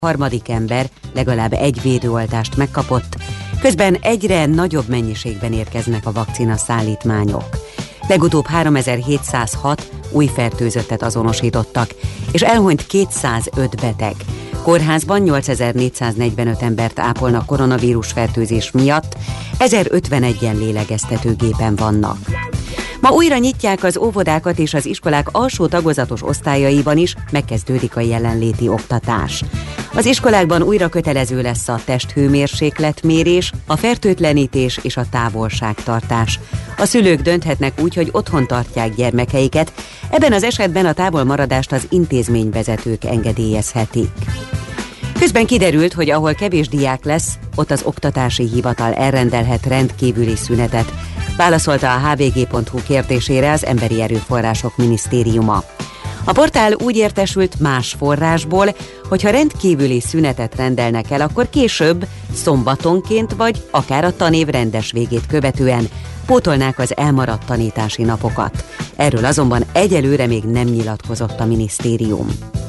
harmadik ember legalább egy védőoltást megkapott, közben egyre nagyobb mennyiségben érkeznek a vakcina szállítmányok. Legutóbb 3706 új fertőzöttet azonosítottak, és elhunyt 205 beteg. Kórházban 8445 embert ápolnak koronavírus fertőzés miatt, 1051-en lélegeztetőgépen vannak. Ma újra nyitják az óvodákat, és az iskolák alsó tagozatos osztályaiban is megkezdődik a jelenléti oktatás. Az iskolákban újra kötelező lesz a testhőmérsékletmérés, a fertőtlenítés és a távolságtartás. A szülők dönthetnek úgy, hogy otthon tartják gyermekeiket, ebben az esetben a távolmaradást az intézményvezetők engedélyezhetik. Közben kiderült, hogy ahol kevés diák lesz, ott az oktatási hivatal elrendelhet rendkívüli szünetet, válaszolta a hvg.hu kérdésére az Emberi Erőforrások Minisztériuma. A portál úgy értesült más forrásból, hogy ha rendkívüli szünetet rendelnek el, akkor később, szombatonként vagy akár a tanév rendes végét követően pótolnák az elmaradt tanítási napokat. Erről azonban egyelőre még nem nyilatkozott a minisztérium.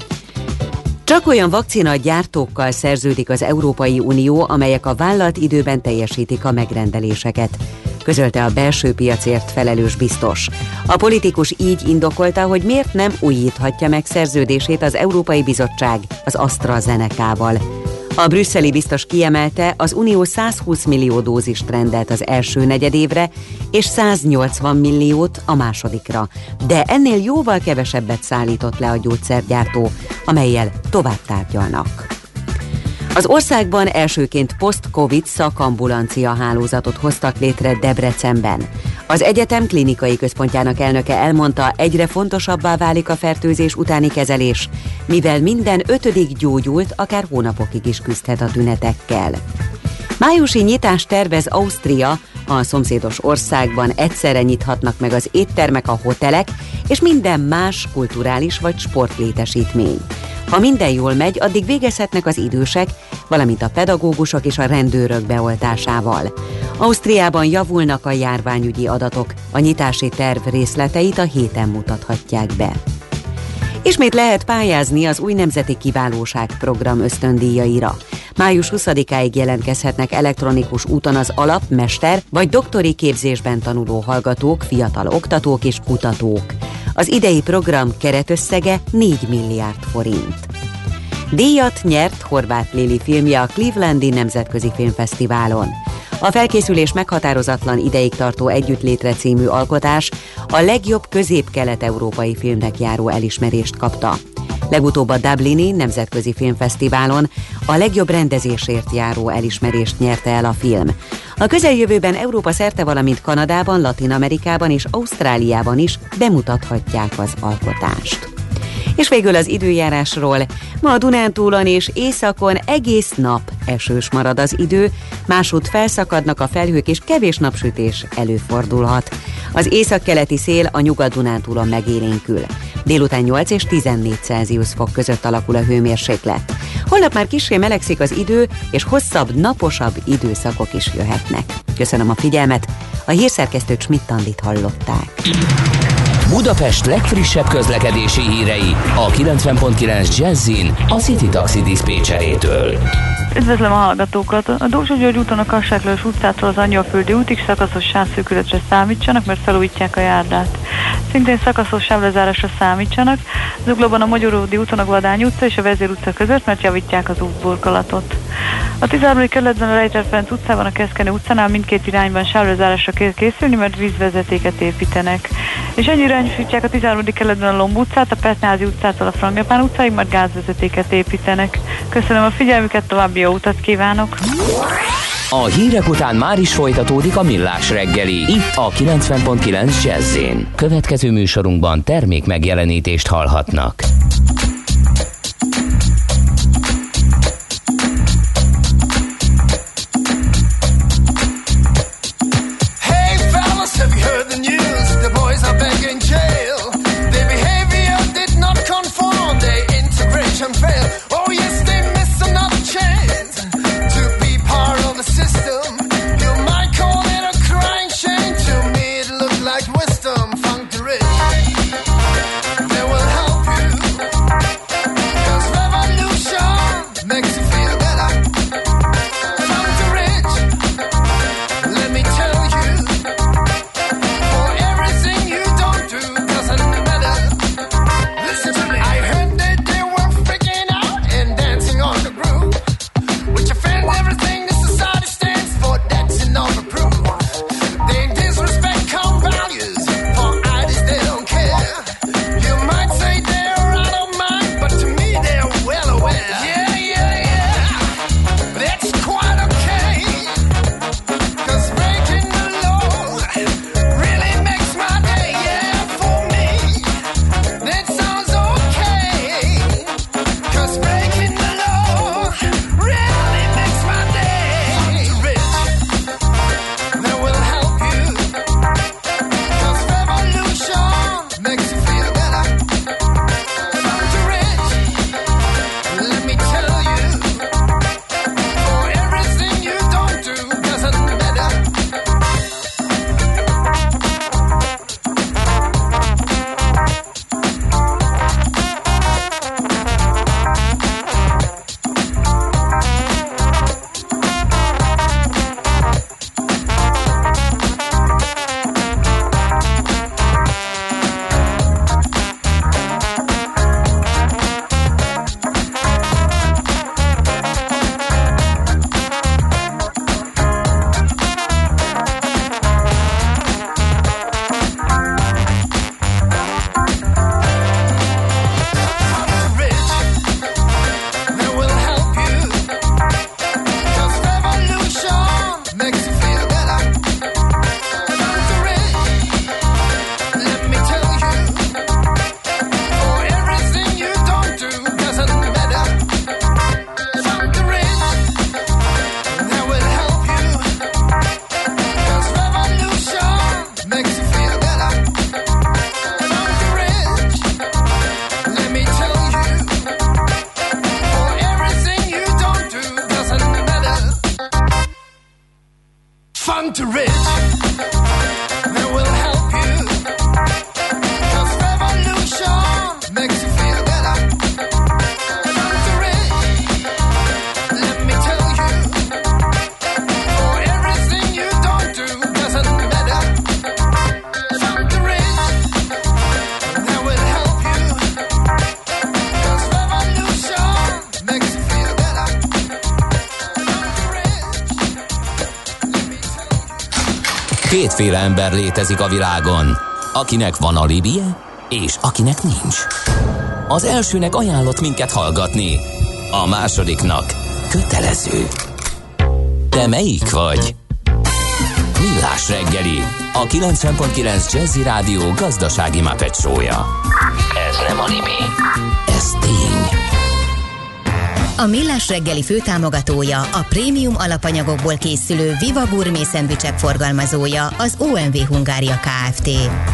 Csak olyan vakcina gyártókkal szerződik az Európai Unió, amelyek a vállalt időben teljesítik a megrendeléseket, közölte a belső piacért felelős biztos. A politikus így indokolta, hogy miért nem újíthatja meg szerződését az Európai Bizottság az AstraZenecával. A brüsszeli biztos kiemelte, az Unió 120 millió dózist rendelt az első negyedévre, és 180 milliót a másodikra, de ennél jóval kevesebbet szállított le a gyógyszergyártó, amellyel tovább tárgyalnak. Az országban elsőként post-covid szakambulancia hálózatot hoztak létre Debrecenben. Az egyetem klinikai központjának elnöke elmondta, egyre fontosabbá válik a fertőzés utáni kezelés, mivel minden 5. gyógyult, akár hónapokig is küzdhet a tünetekkel. Májusi nyitást tervez Ausztria, a szomszédos országban egyszerre nyithatnak meg az éttermek, a hotelek és minden más kulturális vagy sportlétesítmény. Ha minden jól megy, addig végezhetnek az idősek, valamint a pedagógusok és a rendőrök beoltásával. Ausztriában javulnak a járványügyi adatok, a nyitási terv részleteit a héten mutathatják be. Ismét lehet pályázni az új Nemzeti Kiválóság-program ösztöndíjaira. Május 20-áig jelentkezhetnek elektronikus úton az alap-, mester- vagy doktori képzésben tanuló hallgatók, fiatal oktatók és kutatók. Az idei program keretösszege 4 milliárd forint. Díjat nyert Horváth Lili filmje a Clevelandi Nemzetközi Filmfesztiválon. A felkészülés meghatározatlan ideig tartó Együttlétre című alkotás a legjobb közép-kelet-európai filmnek járó elismerést kapta. Legutóbb a Dublini Nemzetközi Filmfesztiválon a legjobb rendezésért járó elismerést nyerte el a film. A közeljövőben Európa szerte, valamint Kanadában, Latin-Amerikában és Ausztráliában is bemutathatják az alkotást. És végül az időjárásról. Ma a Dunántúlon és északon egész nap esős marad az idő, másútt felszakadnak a felhők és kevés napsütés előfordulhat. Az északkeleti szél a Nyugat-Dunántúlon megélénkül. Délután 8 és 14 Celsius fok között alakul a hőmérséklet. Holnap már kissé melegszik az idő, és hosszabb, naposabb időszakok is jöhetnek. Köszönöm a figyelmet, a hírszerkesztőt Schmidt-Andit hallották. Budapest legfrissebb közlekedési hírei a 90.9 Jazzin a City Taxi diszpécserétől. Üdvözlöm a hallgatókat! A Dózsa György úton a Kassák Lajos utcától az Angyalföldi útig szakaszos sávszűkületre számítsanak, mert felújítják a járdát. Szintén szakaszos sávlezárásra számítsanak, Zuglóban a Magyaródi úton a Gvadány utca és a Vezér utca között, mert javítják az útburkolatot. A 13. kerületben a Rejter Ferenc utcában, a Keszkenő utcánál mindkét irányban sávlezárásra kell készülni, mert vízvezetéket építenek. És ennyi irányosítják a 13. kerületben a Lomb utcát, a Petnázi utcától a Frangepán utcáig, mert gázvezetéket építenek. Köszönöm a figyelmüket, további jó utat kívánok! A hírek után már is folytatódik a Millás reggeli, itt a 90.9 Jazz-én. Következő műsorunkban termék megjelenítést hallhatnak. Hey fellas, have you heard the news? The boys are back in jail. Their behavior did not conform, their integration failed. Oh yes, they missed another chance to be part of the system. You might call it a crying shame. To me it looked like wisdom. Funk the rich, they will help you. Some too rich, that will help you. 'Cause revolution makes you feel better. Some too rich, let me tell you. For everything you don't do doesn't matter. Some too rich, that will help you. 'Cause revolution makes you feel better. Some too rich, let me tell you. Kétféle ember létezik a világon, akinek van alibije, és akinek nincs. Az elsőnek ajánlott minket hallgatni, a másodiknak kötelező. Te melyik vagy? Millás reggeli, a 90.9 Jazzy Rádió gazdasági Muppet show-ja. Ez nem anime, ez tény. A Millás reggeli főtámogatója, a prémium alapanyagokból készülő Viva Gourmet szendvicsek forgalmazója, az OMV Hungária Kft.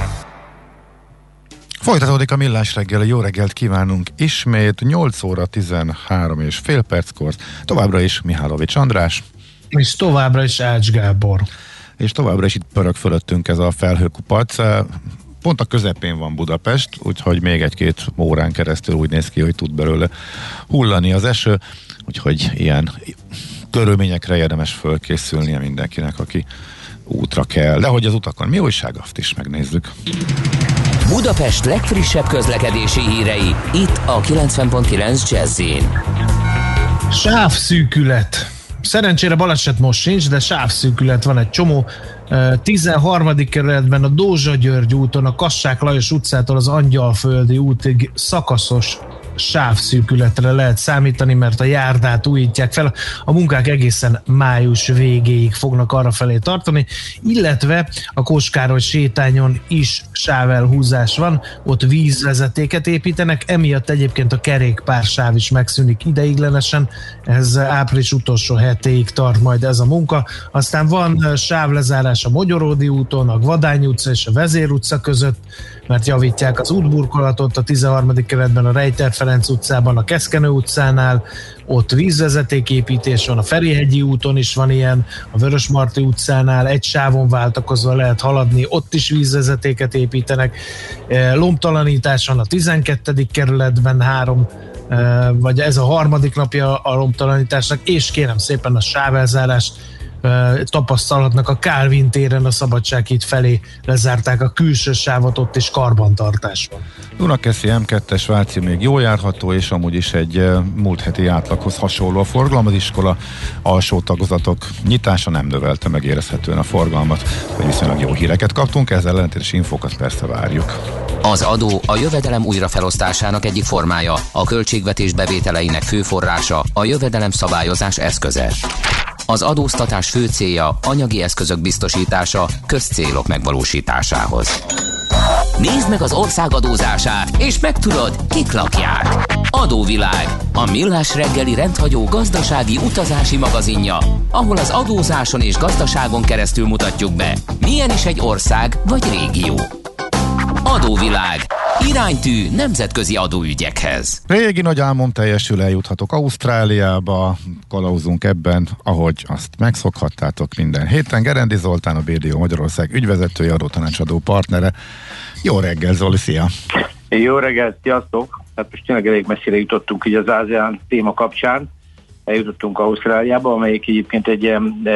Folytatódik a Millás reggel, jó reggelt kívánunk ismét, 8 óra 13 és fél perckor, továbbra is Mihálovics András. És továbbra is Ács Gábor. És továbbra is itt pörög fölöttünk ez a felhőkupac. Pont a közepén van Budapest, úgyhogy még egy-két órán keresztül úgy néz ki, hogy tud belőle hullani az eső, úgyhogy ilyen körülményekre érdemes fölkészülnie mindenkinek, aki útra kell. De hogy az utakon mi újság, azt is megnézzük. Budapest legfrissebb közlekedési hírei, itt a 90.9 Jazz-in. Sávszűkület. Szerencsére baleset most sincs, de sávszűkület van egy csomó. 13. kerületben a Dózsa György úton, a Kassák Lajos utcától az Angyalföldi útig szakaszos sávszűkületre lehet számítani, mert a járdát újítják fel. A munkák egészen május végéig fognak arrafelé tartani, illetve a Kós-Károly sétányon is sávelhúzás van, ott vízvezetéket építenek, emiatt egyébként a kerékpársáv is megszűnik ideiglenesen, ez április utolsó hetéig tart majd ez a munka. Aztán van sávlezárás a Mogyoródi úton, a Gvadány utca és a Vezér utca között, mert javítják az útburkolatot, a 13. kerületben a Rejter Ferenc utcában, a Keszkenő utcánál, ott vízvezetéképítés van, a Ferihegyi úton is van ilyen, a Vörösmarty utcánál egy sávon váltakozva lehet haladni, ott is vízvezetéket építenek, lombtalanítás van a 12. kerületben 3, vagy ez a harmadik napja a lombtalanításnak, és kérem szépen a sávelzárást tapasztalhatnak a Kálvin téren, a Szabadsághíd felé lezárták a külső sávot, ott is karbantartás van. Dunakeszi M2-es Váci még jól járható, és amúgy is egy múlt heti átlaghoz hasonló a forgalom. Az iskola alsó tagozatok nyitása nem növelte meg érezhetően a forgalmat, hogy viszonylag jó híreket kaptunk, ezzel ellentétes infókat persze várjuk. Az adó a jövedelem újrafelosztásának egyik formája, a költségvetés bevételeinek fő forrása, a jövedelem szabályozás eszköze. Az adóztatás fő célja anyagi eszközök biztosítása közcélok megvalósításához. Nézd meg az ország adózását, és megtudod, kik lakják. Adóvilág, a Millás reggeli rendhagyó gazdasági utazási magazinja, ahol az adózáson és gazdaságon keresztül mutatjuk be, milyen is egy ország vagy régió. Adóvilág. Iránytű nemzetközi adóügyekhez. Régi nagy álmom teljesül, eljuthatok Ausztráliába, kalauzunk ebben, ahogy azt megszokhattátok minden héten. Gerendi Zoltán, a BDO Magyarország ügyvezetője, adótanácsadó partnere. Jó reggel, Zoli, szia! Jó reggelt, sziasztok! Hát most tényleg elég messzire jutottunk így az ASEAN téma kapcsán. Eljutottunk Ausztráliába, amelyik egyébként egy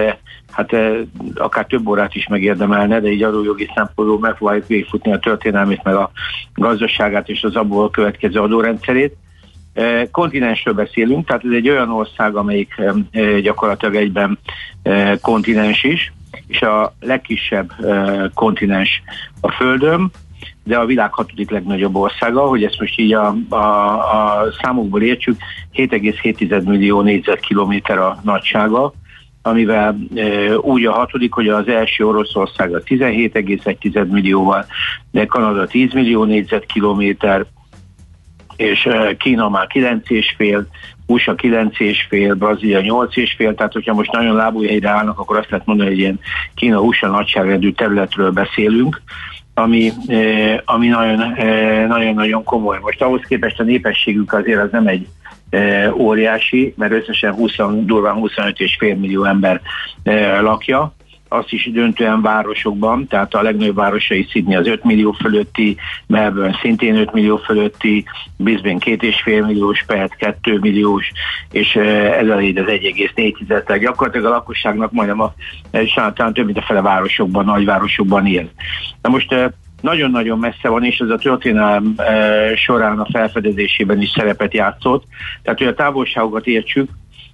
akár több órát is megérdemelne, de így adójogi szempontból megpróbáljuk végigfutni a történelmét, meg a gazdaságát és az abból következő adórendszerét. Kontinensről beszélünk, tehát ez egy olyan ország, amelyik gyakorlatilag egyben kontinens is, és a legkisebb kontinens a Földön, de a világ 6. legnagyobb országa, hogy ezt most így a számokból értsük, 7,7 millió négyzetkilométer a nagysága, amivel úgy a 6., hogy az első Oroszország a 17,1 millióval, de Kanada 10 millió négyzetkilométer, és Kína már 9,5, USA 9,5, Brazília 8,5, tehát hogyha most nagyon lábújhelyre állnak, akkor azt lehet mondani, hogy ilyen Kína-USA nagyságrendű területről beszélünk, ami nagyon-nagyon komoly. Most ahhoz képest a népességünk azért az nem egy óriási, mert összesen durván 25,5 millió ember lakja, azt is döntően városokban, tehát a legnagyobb városai Sydney az 5 millió fölötti, Melbourne szintén 5 millió fölötti, Brisbane 2,5 milliós, Perth 2 milliós, és Adelaide az 1,4, tehát gyakorlatilag a lakosságnak majdnem talán több mint a fele városokban, nagyvárosokban él. Na most nagyon-nagyon messze van, és ez a történelem során a felfedezésében is szerepet játszott. Tehát, hogy a távolságokat értsük,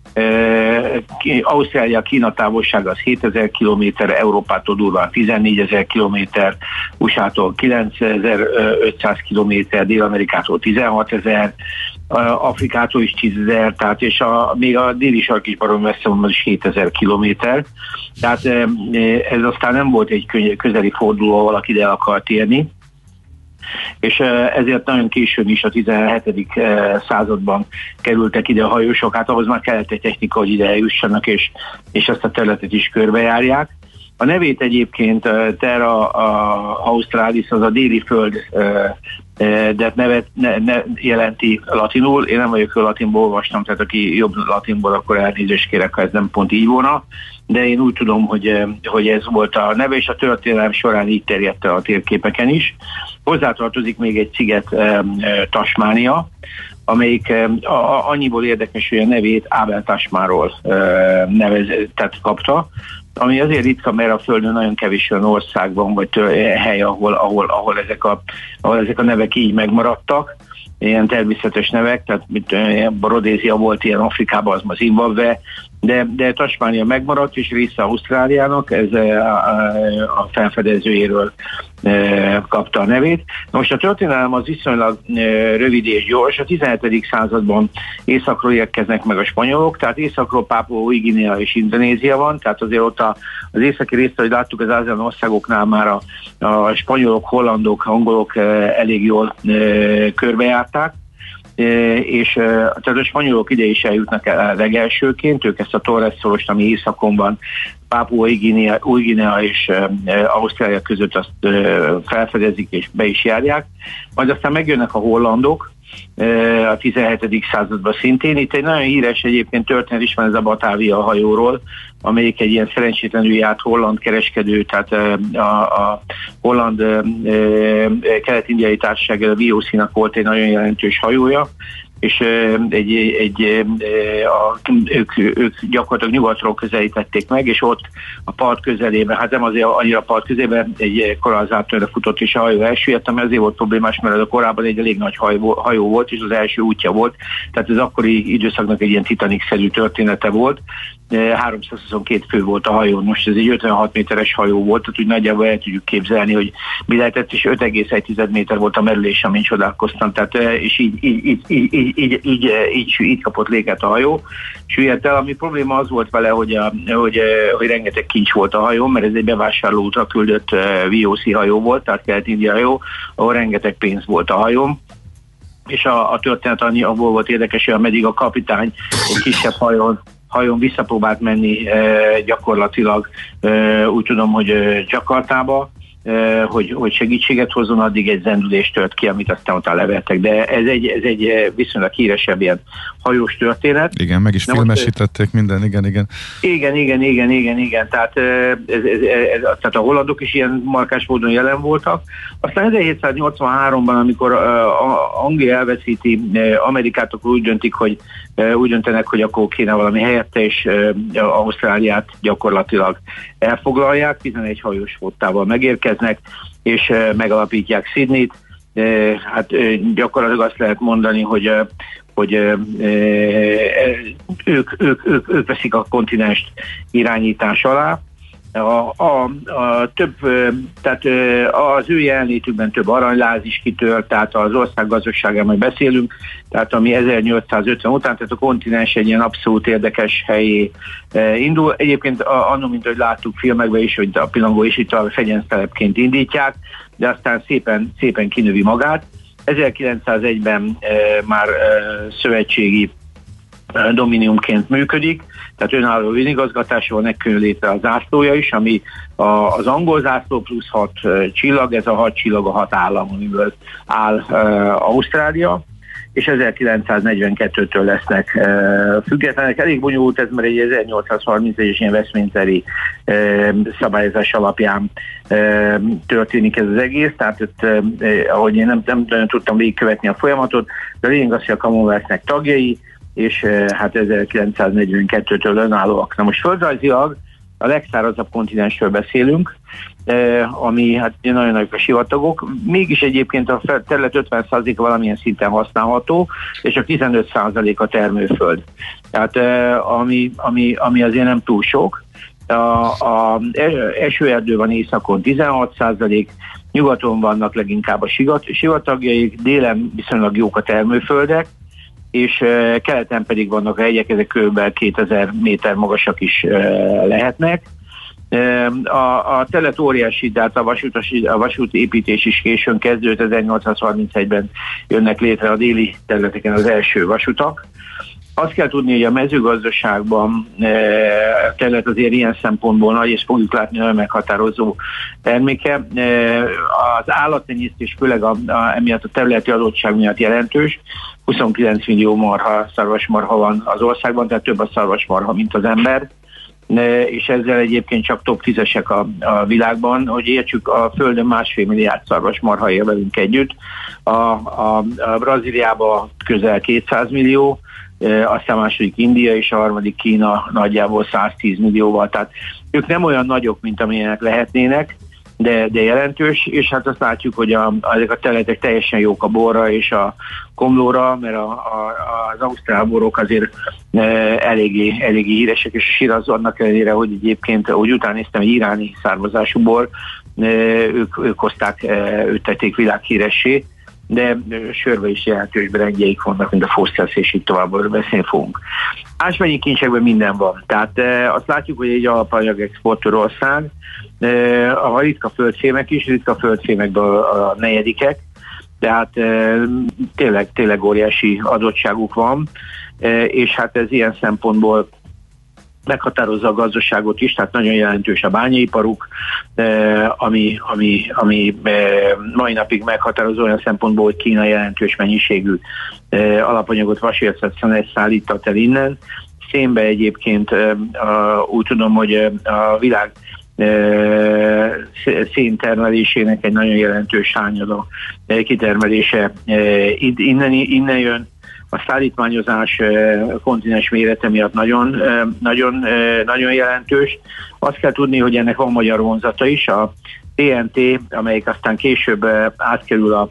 Ausztrália-Kína távolsága az 7000 km, Európától durván 14 000 km, USA-tól 9500 km, Dél-Amerikától 16 000, Afrikától is 10 000, tehát és még a déli sark is baromi messze van, az is 7000 km. Tehát ez aztán nem volt egy közeli forduló, ahol valaki ide akart érni, és ezért nagyon későn is a 17. században kerültek ide a hajósok, hát ahhoz már kellett egy technika, hogy ide eljussanak, és ezt a területet is körbejárják. A nevét egyébként Terra Australis, az a déli föld, de nevet jelenti latinul. Én nem vagyok, latinból olvastam, tehát aki jobb latinból, akkor elnézést kérek, ha ez nem pont így volna, de én úgy tudom, hogy ez volt a neve, és a történelem során így terjedt el a térképeken is. Hozzátartozik még egy sziget, Tasmania, amelyik annyiból érdekes, hogy a nevét Abel Tasmanról tehát kapta, ami azért ritka, mert a Földön nagyon kevés olyan ország van, vagy hely, ahol ezek a nevek így megmaradtak, ilyen természetes nevek, tehát Rodézia volt ilyen Afrikában, az ma Zimbabwe, de Tasmania megmaradt, és része Ausztráliának, ez a felfedezőjéről kapta a nevét. Na most a történelem az viszonylag rövid és gyors. A 17. században északról érkeznek meg a spanyolok, tehát északról Pápua Új Guinea és Indonézia van, tehát azért ott az északi részt, hogy láttuk az ASEAN országoknál már a spanyolok, hollandok, angolok elég jól körbejárták, és tehát a spanyolok ide is eljutnak el legelsőként, ők ezt a Torres-szorost, ami északon van, Pápua Új Guinea és Ausztrália között azt felfedezik és be is járják. Majd aztán megjönnek a hollandok a 17. században szintén. Itt egy nagyon híres egyébként történet is van, ez a Batavia hajóról, amelyik egy ilyen szerencsétlenül járt holland kereskedő, tehát a holland kelet-indiai társaság, a VOC-nak volt egy nagyon jelentős hajója, és ők gyakorlatilag nyugatról közelítették meg, és ott a part közelében, hát nem azért annyira part közelében, egy korallzátorra futott, és a hajó elsüllyedt, ami azért volt problémás, mert ez a korábban egy elég nagy hajó volt, és az első útja volt, tehát ez akkori időszaknak egy ilyen Titanic-szerű története volt. 322 fő volt a hajón, most ez egy 56 méteres hajó volt, tehát úgy nagyjából el tudjuk képzelni, hogy mi lehetett, és 5,1 méter volt a merülés, amin csodálkoztam, tehát, és így kapott léket a hajó, süllyedt el. Ami probléma az volt vele, hogy rengeteg kincs volt a hajón, mert ez egy bevásárlóútra küldött VOC hajó volt, tehát kelet-india hajó, ahol rengeteg pénz volt a hajón, és a történet abból volt érdekes, hogy ameddig a kapitány egy kisebb hajón visszapróbált menni gyakorlatilag, úgy tudom, hogy Jakartába, hogy segítséget hozzon, addig egy zendülést tört ki, amit aztán utána levertek. De ez egy viszonylag híresebb ilyen hajós történet. Igen, meg is filmesítették minden, igen. Igen. Tehát, tehát a hollandok is ilyen markás módon jelen voltak. Aztán 1783-ban, amikor Anglia elveszíti Amerikát, akkor úgy döntenek, hogy akkor kéne valami helyette, és Ausztráliát gyakorlatilag elfoglalják, 11 hajós flottával megérkeznek, és megalapítják Sydneyt. Hát gyakorlatilag azt lehet mondani, hogy ők veszik a kontinenst irányítás alá. Tehát az ő jelenlétükben több aranyláz is kitört, tehát az ország gazdaságán majd beszélünk, tehát ami 1850 után, tehát a kontinens egy ilyen abszolút érdekes helyé indul. Egyébként anno, mint hogy láttuk filmekben is, hogy a pillangó is itt a fegyensztelepként indítják, de aztán szépen kinövi magát. 1901-ben már szövetségi dominiumként működik, tehát önálló önigazgatása van, ekkor létre a zászlója is, ami az angol zászló plusz 6 csillag, ez a 6 csillag a 6 állam, amiből áll Ausztrália, és 1942-től lesznek függetlenek. Elég bonyolult ez, mert egy 1831-es ilyen Westminsteri szabályozás alapján történik ez az egész, tehát itt, ahogy én nem tudtam végigkövetni a folyamatot, de a lényeg az, hogy a Commonwealth-nek tagjai, és hát 1942-től önállóak. Na most földrajzilag a legszárazabb kontinensről beszélünk, ami hát nagyon nagyok a sivatagok, mégis egyébként a terület 50%-a valamilyen szinten használható, és csak 15% a termőföld. Tehát ami azért nem túl sok. A esőerdő van északon 16%, nyugaton vannak leginkább a sivatagjaik, délen viszonylag jók a termőföldek, és keleten pedig vannak a hegyek, ezek kb. 2000 méter magasak is lehetnek. A terület óriási, de a vasútépítés is későn kezdődött, 1831-ben jönnek létre a déli területeken az első vasutak. Azt kell tudni, hogy a mezőgazdaságban a terület azért ilyen szempontból nagy, és fogjuk látni nagyon meghatározó terméke. Az állattenyésztés főleg emiatt a területi adottság miatt jelentős. 29 millió szarvasmarha van az országban, tehát több a szarvasmarha, mint az ember. És ezzel egyébként csak top 10-esek a világban, hogy értsük, a Földön 1,5 milliárd szarvasmarha él velünk együtt, a Brazíliában közel 200 millió, aztán a második India, és a harmadik Kína nagyjából 110 millióval, tehát ők nem olyan nagyok, mint amilyenek lehetnének, de jelentős, és hát azt látjuk, hogy ezek a területek teljesen jók a borra és a komlóra, mert az ausztrál borok azért eléggé híresek, és a Shiraz annak ellenére, hogy egyébként, ahogy utána néztem, egy iráni származású bor, ők hozták, őt tették világhíressé, de sörbe is jelentős brendjeik vannak, mint a Foster's, és így tovább beszélni fogunk. Ásványi kincsekben minden van. Tehát azt látjuk, hogy egy alapanyag exportőr ország, a ritka földfémekben a negyedikek, tehát tényleg óriási adottságuk van, és hát ez ilyen szempontból meghatározza a gazdaságot is, tehát nagyon jelentős a bányaiparuk, ami mai napig meghatározó olyan szempontból, hogy Kína jelentős mennyiségű alapanyagot, vasércet, szenet szállított el innen. Szénbe egyébként úgy tudom, hogy a világ széntermelésének egy nagyon jelentős hányada kitermelése innen jön. A szállítmányozás kontinens mérete miatt nagyon jelentős. Azt kell tudni, hogy ennek van magyar vonzata is, a TNT, amelyik aztán később átkerül a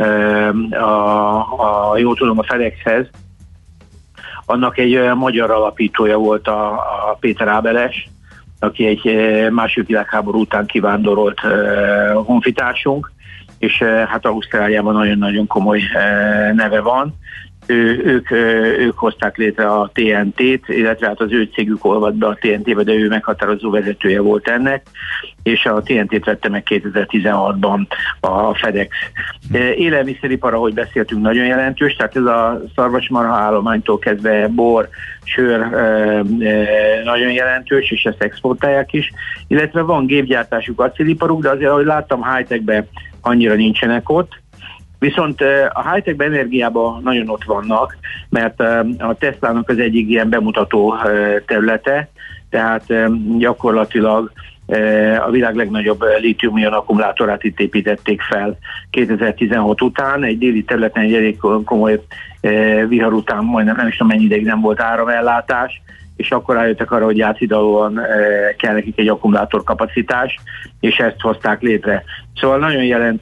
FedExhez. Annak egy magyar alapítója volt a Péter Ábeles, aki egy második világháború után kivándorolt honfitársunk, és hát Ausztráliában nagyon-nagyon komoly neve van. Ők hozták létre a TNT-t, illetve hát az ő cégük olvadt be a TNT-be, de ő meghatározó vezetője volt ennek, és a TNT-t vette meg 2016-ban a FedEx. Élelmiszeripar, ahogy beszéltünk, nagyon jelentős, tehát ez a szarvasmarha állománytól kezdve bor, sör nagyon jelentős, és ezt exportálják is, illetve van gépgyártásuk, acéliparuk, de azért, ahogy láttam, high-techben annyira nincsenek ott. Viszont a high-tech energiában nagyon ott vannak, mert a Teslának az egyik ilyen bemutató területe, tehát gyakorlatilag a világ legnagyobb lítium-ion akkumulátorát itt építették fel 2016 után, egy déli területen egy elég komoly vihar után, majdnem nem is tudom mennyi ideig nem volt áramellátás, és akkor rájöttek arra, hogy áthidalóan kell nekik egy akkumulátorkapacitás, és ezt hozták létre. Szóval nagyon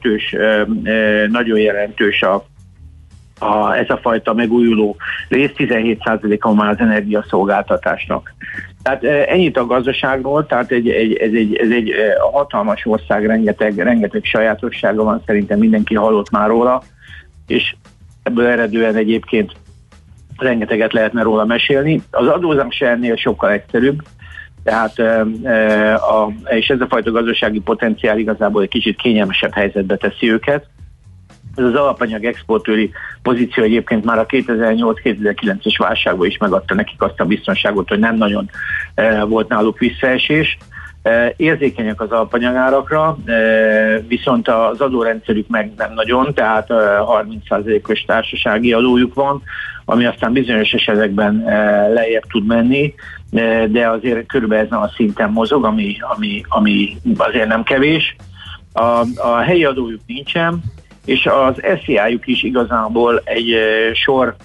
jelentős ez a fajta megújuló rész, 17%-a már az energiaszolgáltatásnak. Tehát ennyit a gazdaságról, tehát ez egy hatalmas ország, rengeteg sajátossága van, szerintem mindenki hallott már róla, és ebből eredően egyébként rengeteget lehetne róla mesélni. Az adózás ennél sokkal egyszerűbb, tehát és ez a fajta gazdasági potenciál igazából egy kicsit kényelmesebb helyzetbe teszi őket. Ez az alapanyag exportőri pozíció egyébként már a 2008-2009-es válságban is megadta nekik azt a biztonságot, hogy nem nagyon volt náluk visszaesés. érzékenyek az alapanyagárakra, viszont az adórendszerük meg nem nagyon, tehát 30%-os társasági adójuk van, ami aztán bizonyos esetekben lejjebb tud menni, de azért körülbelül ezen a szinten mozog, ami azért nem kevés. A helyi adójuk nincsen, és az SZIA-juk is igazából egy sor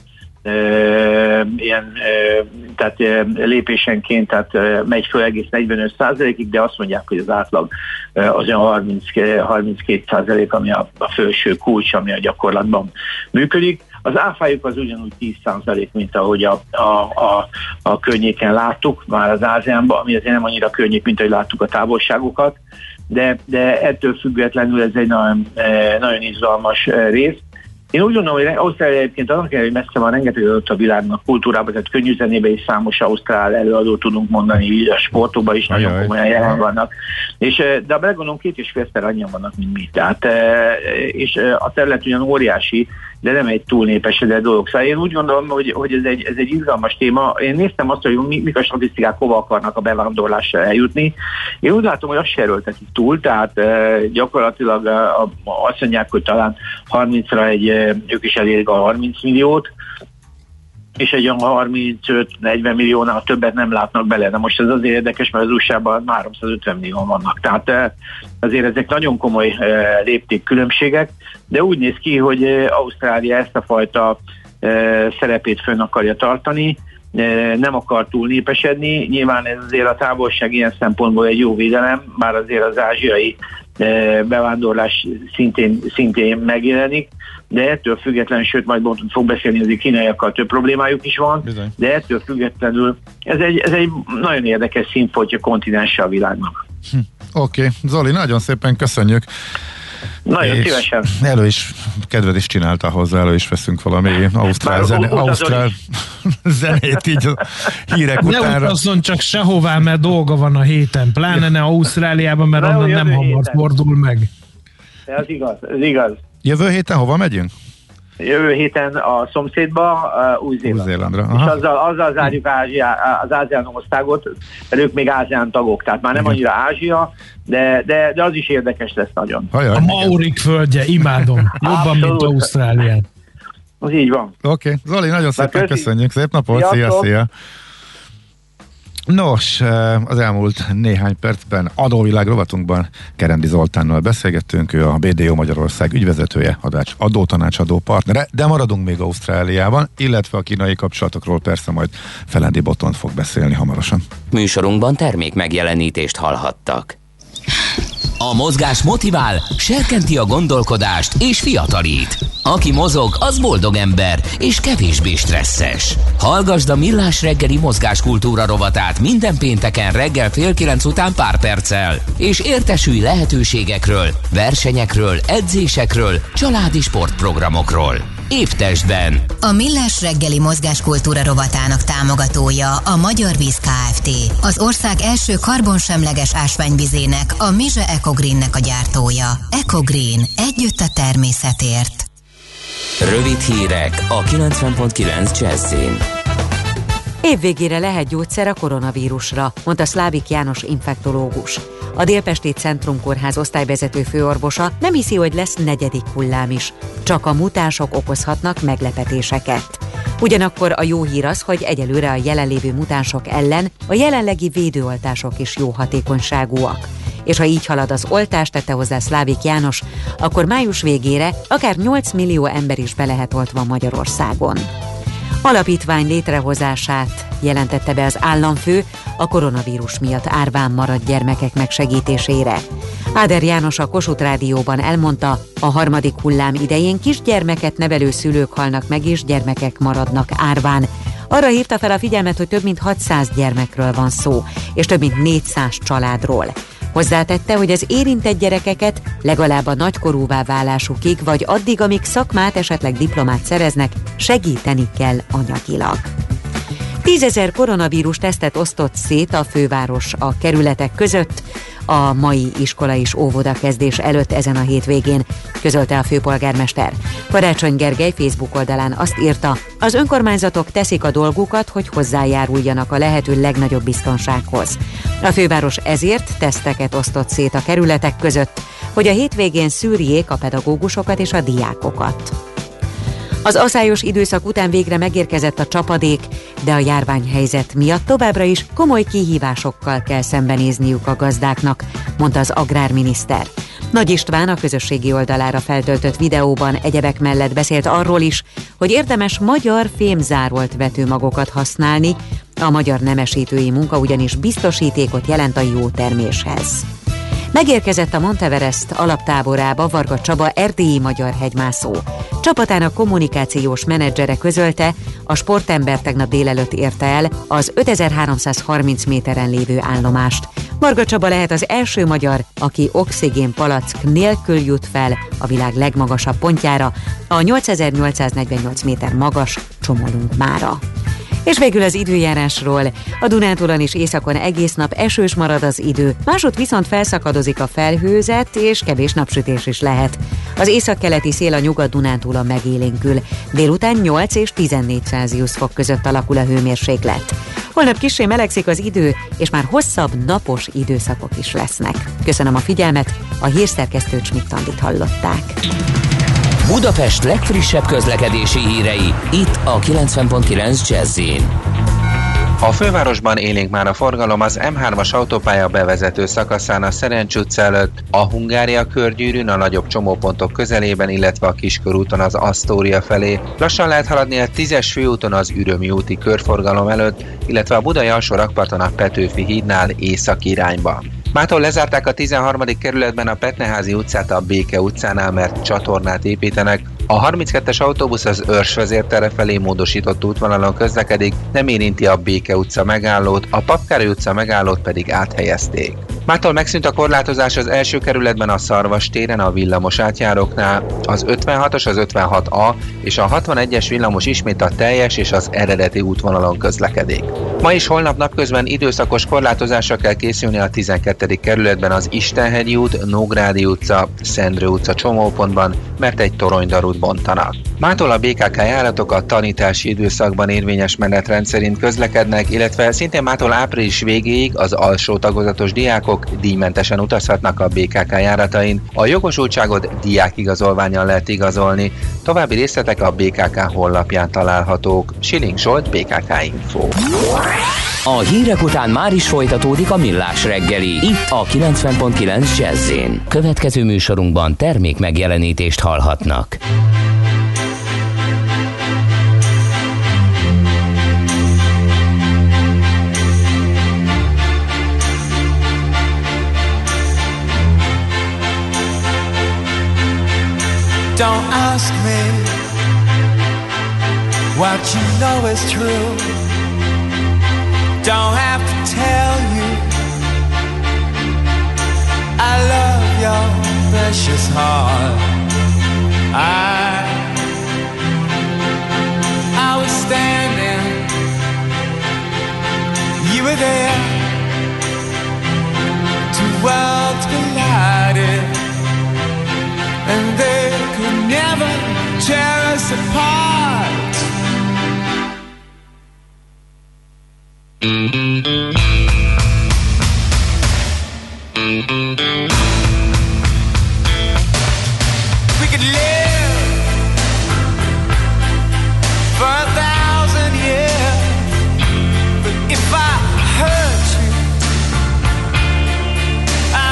tehát lépésenként, tehát megy föl egész 45%-ig, de azt mondják, hogy az átlag az olyan 32%, ami a felső kulcs, ami a gyakorlatban működik. Az áfájuk az ugyanúgy 10%, mint ahogy a környéken láttuk, már az ASEAN-ban, ami azért nem annyira környék, mint ahogy láttuk a távolságokat, de ettől függetlenül ez egy nagyon izgalmas rész. Én úgy gondolom, hogy Ausztrália egyébként annak ellenére, hogy messze van, rengeteg adott a világnak kultúrában, tehát könnyű zenében is számos ausztrál előadót tudunk mondani, a sportokban is nagyon komolyan jelen vannak. De ha belegondolom, 2,5-szer annyian vannak, mint mi. Tehát, és a terület ugyan óriási, de nem egy túl népesedett dolog. Szóval én úgy gondolom, hogy ez egy izgalmas téma. Én néztem azt, hogy mik a statisztikák, hova akarnak a bevándorlással eljutni. Én úgy látom, hogy azt se erőltetik túl, tehát gyakorlatilag azt mondják, hogy talán 30-ra ők is elérik a 30 milliót, és egy olyan 35-40 milliónál többet nem látnak bele. De most ez azért érdekes, mert az USA-ban 350 millió vannak. Tehát azért ezek nagyon komoly léptékkülönbségek, de úgy néz ki, hogy Ausztrália ezt a fajta szerepét fönn akarja tartani, nem akar túl népesedni. Nyilván ez azért a távolság ilyen szempontból egy jó védelem, már azért az ázsiai bevándorlás szintén megjelenik, de ettől függetlenül, sőt majd fog beszélni, azért kínaiakkal több problémájuk is van, bizony. De ettől függetlenül ez egy nagyon érdekes színfoltja kontinense a világnak. Oké. Zoli, nagyon szépen köszönjük. Nagyon szívesen. Kedved is csinálta hozzá, elő is veszünk valami ausztrál zenét így a hírek utánra. Ne utazzon csak sehová, mert dolga van a héten, pláne ne Ausztráliában, mert onnan nem hamar fordul meg. Ez igaz. Jövő héten hova megyünk? Jövő héten a szomszédba, Új-Zélandra. És azzal zárjuk az ASEAN országot, mert ők még ASEAN tagok, tehát már nem annyira Ázsia, de az is érdekes lesz nagyon. A Maurik földje, imádom. Jobban, mint Ausztráliát. Az így van. Oké. Zoli, nagyon szépen köszönjük. Szép napot. Szia. Nos, az elmúlt néhány percben adóvilág rovatunkban Kerendi Zoltánnal beszélgettünk, ő a BDO Magyarország ügyvezetője, adótanácsadó partnere, de maradunk még Ausztráliában, illetve a kínai kapcsolatokról persze majd Felendi Botont fog beszélni hamarosan. Műsorunkban termék megjelenítést hallhattak. A mozgás motivál, serkenti a gondolkodást és fiatalít. Aki mozog, az boldog ember és kevésbé stresszes. Hallgasd a Millás reggeli mozgáskultúra rovatát minden pénteken reggel 8:30 után pár perccel, és értesülj lehetőségekről, versenyekről, edzésekről, családi sportprogramokról. Épp testben. A Millás reggeli mozgáskultúra rovatának támogatója a Magyar Víz Kft. Az ország első karbonsemleges ásványvizének, a Mize Ecogreennek a gyártója. Ecogreen. Együtt a természetért. Rövid hírek a 90.9 Jazzin. Évvégére lehet gyógyszer a koronavírusra, mondta Szlávik János infektológus. A Délpesti Centrumkórház osztályvezető főorvosa nem hiszi, hogy lesz negyedik hullám is. Csak a mutánsok okozhatnak meglepetéseket. Ugyanakkor a jó hír az, hogy egyelőre a jelenlévő mutánsok ellen a jelenlegi védőoltások is jó hatékonyságúak. És ha így halad az oltás, tette hozzá Szlávik János, akkor május végére akár 8 millió ember is be lehet oltva Magyarországon. Alapítvány létrehozását jelentette be az államfő a koronavírus miatt árván maradt gyermekek megsegítésére. Áder János a Kossuth Rádióban elmondta, a harmadik hullám idején kisgyermeket nevelő szülők halnak meg és gyermekek maradnak árván. Arra hívta fel a figyelmet, hogy több mint 600 gyermekről van szó, és több mint 400 családról. Hozzátette, hogy az érintett gyerekeket legalább a nagykorúvá válásukig, vagy addig, amíg szakmát, esetleg diplomát szereznek, segíteni kell anyagilag. 10 000 koronavírus tesztet osztott szét a főváros a kerületek között. a mai iskola és óvoda kezdés előtt ezen a hétvégén, közölte a főpolgármester. Karácsony Gergely Facebook oldalán azt írta, az önkormányzatok teszik a dolgukat, hogy hozzájáruljanak a lehető legnagyobb biztonsághoz. A főváros ezért teszteket osztott szét a kerületek között, hogy a hétvégén szűrjék a pedagógusokat és a diákokat. Az aszályos időszak után végre megérkezett a csapadék, de a járványhelyzet miatt továbbra is komoly kihívásokkal kell szembenézniük a gazdáknak, mondta az agrárminiszter. Nagy István a közösségi oldalára feltöltött videóban egyebek mellett beszélt arról is, hogy érdemes magyar fémzárolt vetőmagokat használni, a magyar nemesítői munka ugyanis biztosítékot jelent a jó terméshez. Megérkezett a Monteverest alaptáborába Varga Csaba erdélyi magyar hegymászó. Csapatának kommunikációs menedzsere közölte, a sportember tegnap délelőtt érte el az 5330 méteren lévő állomást. Varga Csaba lehet az első magyar, aki oxigénpalack nélkül jut fel a világ legmagasabb pontjára, a 8848 méter magas Csomolungmára. És végül az időjárásról. A Dunántúlon és északon egész nap esős marad az idő, másod viszont felszakadozik a felhőzet, és kevés napsütés is lehet. Az északkeleti szél a Nyugat-Dunántúlon megélénkül. Délután 8 és 14 Celsius fok között alakul a hőmérséklet. Holnap kissé melegszik az idő, és már hosszabb napos időszakok is lesznek. Köszönöm a figyelmet, a hírszerkesztő Schmidt-Andit hallották. Budapest legfrissebb közlekedési hírei, itt a 90.9 Jazz-in. A fővárosban élénk már a forgalom az M3-as autópálya bevezető szakaszán a Szerencs utca előtt, a Hungária körgyűrűn, a nagyobb csomópontok közelében, illetve a Kiskörúton az Asztória felé. Lassan lehet haladni a 10-es főúton az Ürömi úti körforgalom előtt, illetve a Budai alsó rakparton a Petőfi hídnál északi irányba. Mától lezárták a 13. kerületben a Petneházi utcát a Béke utcánál, mert csatornát építenek. A 32-es autóbusz az Őrs vezértere felé módosított útvonalon közlekedik, nem érinti a Béke utca megállót, a Papkároly utca megállót pedig áthelyezték. Mától megszűnt a korlátozás az első kerületben a Szarvas téren a villamos átjáróknál, az 56-os, az 56A és a 61-es villamos ismét a teljes és az eredeti útvonalon közlekedik. Ma és holnap napközben időszakos korlátozásra kell készülni a 12. kerületben az Istenhegyi út, Nógrádi utca, Szendrő utca csomópontban, mert egy toronydarút bontanak. Mától a BKK járatok a tanítási időszakban érvényes menetrend szerint közlekednek, illetve szintén mától április végéig az alsó tagozatos diákok díjmentesen utazhatnak a BKK járatain. A jogosultságot diákigazolvánnyal lehet igazolni. További részletek a BKK honlapján találhatók. Siling Zsolt, BKK Info. A hírek után már is folytatódik a Millás reggeli, itt a 90.9 Jazz-in. Következő műsorunkban termék megjelenítést hallhatnak. Don't ask me what you know is true. Don't have to tell you I love your precious heart. I was standing, you were there. Two worlds collided, and they could never tear us apart. We could live for 1,000 years, but if I hurt you, I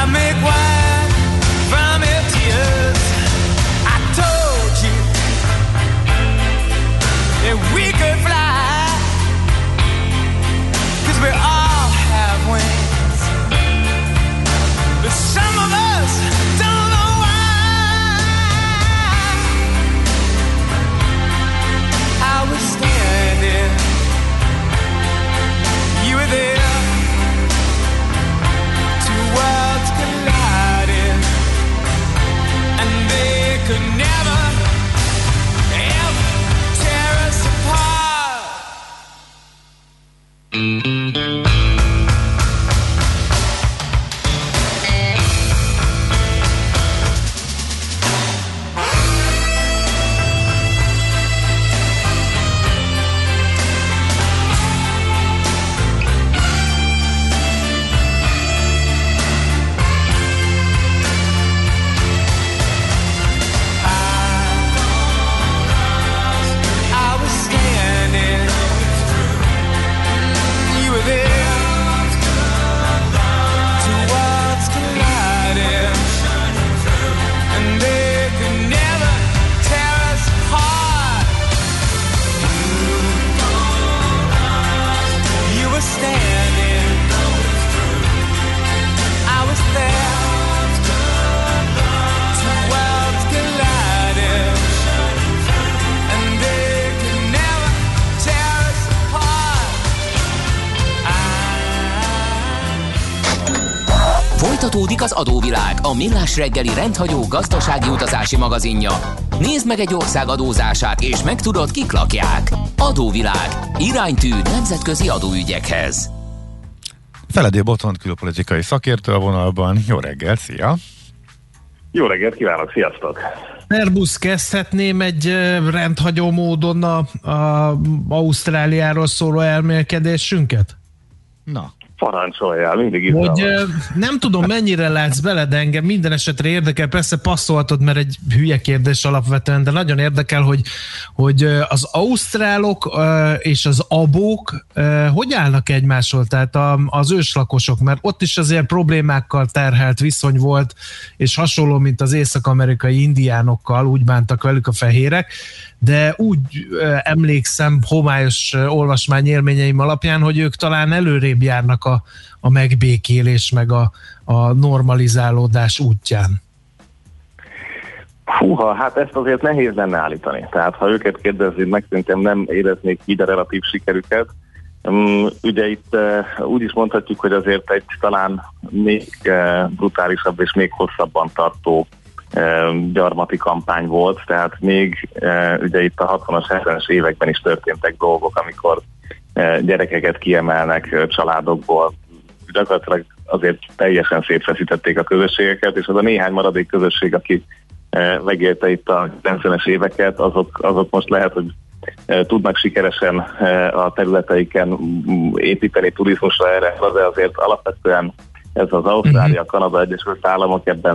Folytatódik az Adóvilág, a millás reggeli rendhagyó gazdasági utazási magazinja. Nézd meg egy ország adózását, és megtudod, kik lakják. Adóvilág. Iránytű nemzetközi adóügyekhez. Feledi Botont külpolitikai szakértő a vonalban. Jó reggelt, szia! Jó reggelt kívánok, sziasztok! Szerbusz, kezdhetném egy rendhagyó módon a Ausztráliáról szóló elmélkedésünket? Na. Parancsoljál, mindig izgalmas. Hogy nem tudom, mennyire látsz bele, de engem minden esetre érdekel, persze passzoltad, mert egy hülye kérdés alapvetően, de nagyon érdekel, hogy az ausztrálok és az abók hogy állnak egymásról, tehát az őslakosok, mert ott is azért problémákkal terhelt viszony volt, és hasonló, mint az észak-amerikai indiánokkal, úgy bántak velük a fehérek, de úgy emlékszem homályos olvasmány élményeim alapján, hogy ők talán előrébb járnak a megbékélés meg a normalizálódás útján. Húha, hát ezt azért nehéz lenne állítani. Tehát ha őket kérdezni, meg szerintem nem éreznék így a relatív sikerüket. Ugye itt úgy is mondhatjuk, hogy azért egy talán még brutálisabb és még hosszabban tartó gyarmati kampány volt, tehát még ugye itt a 60-as, 70-es években is történtek dolgok, amikor gyerekeket kiemelnek családokból. Gyakorlatilag azért teljesen szétfeszítették a közösségeket, és az a néhány maradék közösség, aki megélte itt a 90-es éveket, azok most lehet, hogy tudnak sikeresen a területeiken építeni turizmusra erre, de azért alapvetően ez az Ausztrália, Kanada, Egyesült Államok ebben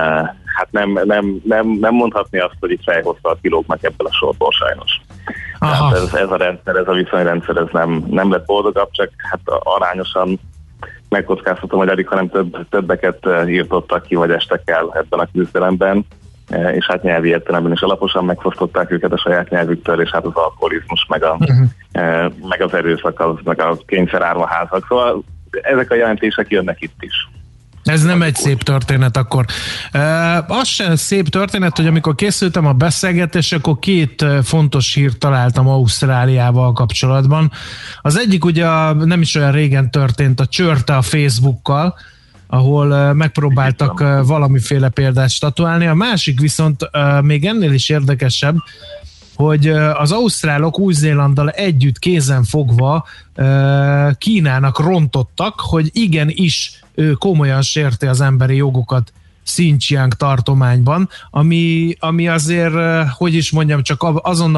nem mondhatni azt, hogy itt fejhosszal kilógnak ebből a sorból sajnos. Tehát ez a rendszer, ez a viszonyrendszer, ez nem lett boldogabb, csak hát arányosan megkockáztatom, hogy eddig, hanem többeket írtottak ki, vagy estek el ebben a küzdelemben, és hát nyelvi értelemben is alaposan megfosztották őket a saját nyelvüktől, és hát az alkoholizmus, meg az erőszak, meg a kényszerárvaházak. Szóval ezek a jelentések jönnek itt is. Ez nem egy szép történet akkor. Az sem szép történet, hogy amikor készültem a beszélgetésre, akkor két fontos hírt találtam Ausztráliával kapcsolatban. Az egyik ugye nem is olyan régen történt a csörte a Facebookkal, ahol megpróbáltak valamiféle példát statuálni. A másik viszont még ennél is érdekesebb, hogy az ausztrálok Új-Zélanddal együtt kézen fogva Kínának rontottak, hogy igenis ő komolyan sérti az emberi jogokat Xinjiang tartományban, ami azért, hogy is mondjam, csak azon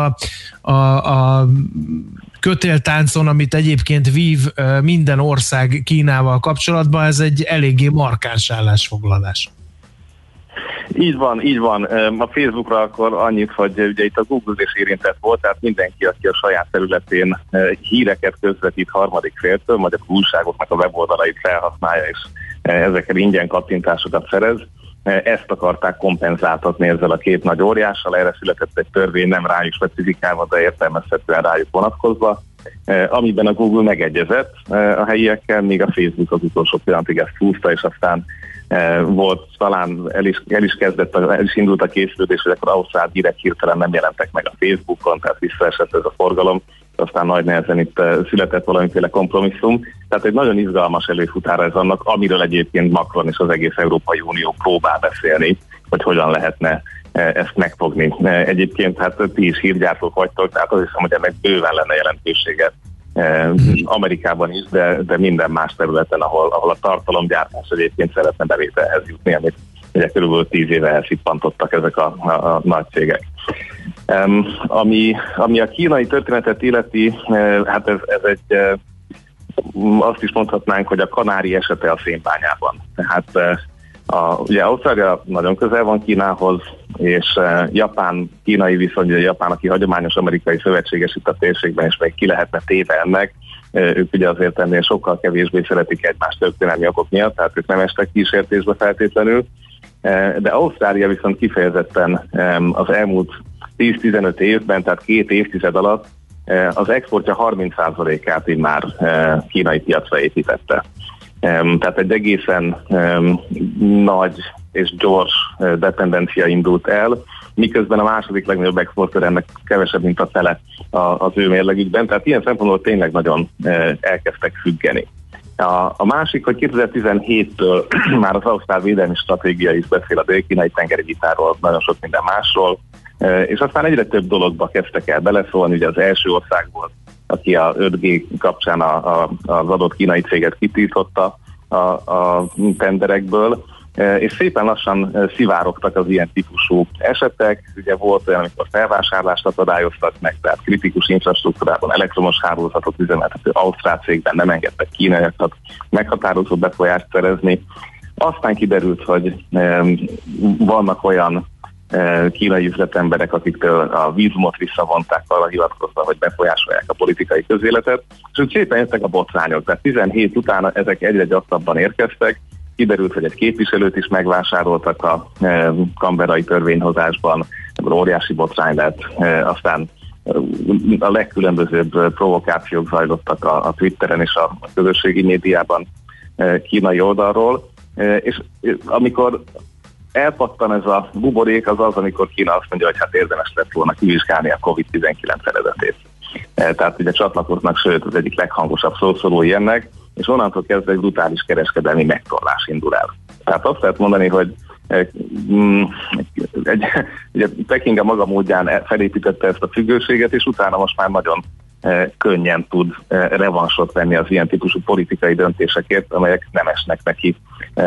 a kötéltáncon, amit egyébként vív minden ország Kínával kapcsolatban, ez egy eléggé markáns állásfoglalás. Így van. A Facebookra akkor annyit, hogy ugye itt a Google is érintett volt, tehát mindenki, aki a saját területén híreket közvetít harmadik féltől, vagy a újságoknak a weboldalait felhasználja, és ezekkel ingyen kattintásokat szerez. Ezt akarták kompenzáltatni ezzel a két nagy óriással, erre született egy törvény, nem rájuk specifikálva, de értelmezhetően rájuk vonatkozva, amiben a Google megegyezett a helyiekkel, míg a Facebook az utolsó pillanatig ezt húzta, és aztán volt, talán el is indult a készülődés, hogy akkor ausztrál hírek hirtelen nem jelentek meg a Facebookon, tehát visszaesett ez a forgalom, aztán nagy nehezen itt született valamiféle kompromisszum. Tehát egy nagyon izgalmas előfutára ez annak, amiről egyébként Macron és az egész Európai Unió próbál beszélni, hogy hogyan lehetne ezt megfogni. Egyébként hát ti is hírgyártók vagytok, tehát azt hiszem, hogy ennek bőven lenne jelentősége Amerikában is, de minden más területen, ahol a tartalomgyártás egyébként szeretne bevételhez jutni, amit ugye körülbelül 10 éve elszippantottak ezek a nagy cégek. Ami a kínai történetet illeti, hát ez egy, azt is mondhatnánk, hogy a Kanári esete a szénbányában. Tehát ugye Ausztrália nagyon közel van Kínához, és Japán-kínai viszony, ugye Japán, aki hagyományos amerikai szövetséges itt a térségben, és még ki lehetne téve ennek, ők ugye azért ennél sokkal kevésbé szeretik egymást történelmi okok miatt, tehát ők nem estek kísértésbe feltétlenül, de Ausztrália viszont kifejezetten az elmúlt 10-15 évben, tehát 2 évtized alatt az exportja 30%-át így már kínai piacra építette. Tehát egy egészen nagy és gyors dependencia indult el, miközben a második legnagyobb exportőr ennek kevesebb, mint a fele az ő mérlegükben, tehát ilyen szempontból tényleg nagyon elkezdtek függeni. A másik, hogy 2017-től már az ausztrál védelmi stratégia is beszél a dél-kínai tengeri vitáról, nagyon sok minden másról, és aztán egyre több dologba kezdtek el beleszólni. Ugye az első ország volt, aki a 5G kapcsán az adott kínai céget kitiltotta a tenderekből, és szépen lassan szivárogtak az ilyen típusú esetek. Ugye volt olyan, amikor felvásárlást akadályoztak meg, tehát kritikus infrastruktúrában elektromos hálózatot üzemeltető ausztrál cégben nem engedtek kínaiakat meghatározó befolyást szerezni. Aztán kiderült, hogy vannak olyan kínai üzletemberek, akiktől a vízumot visszavonták arra hivatkozva, hogy befolyásolják a politikai közéletet, és úgy szépen jöttek a botrányok. Tehát 17 után ezek egyre gyakrabban érkeztek. Kiderült, hogy egy képviselőt is megvásároltak a canberrai törvényhozásban, ebből óriási botrány lett, aztán a legkülönbözőbb provokációk zajlottak a Twitteren és a közösségi médiában kínai oldalról, és amikor elpattan ez a buborék, az, amikor Kína azt mondja, hogy hát érdemes lett volna kivizsgálni a COVID-19 eredetét. Tehát ugye csatlakoznak, sőt az egyik leghangosabb szószólói ennek, és onnantól kezdve egy brutális kereskedelmi megtorlás indul el. Tehát azt lehet mondani, hogy ugye Peking a maga módján felépítette ezt a függőséget, és utána most már nagyon könnyen tud revansot venni az ilyen típusú politikai döntésekért, amelyek nem esnek neki,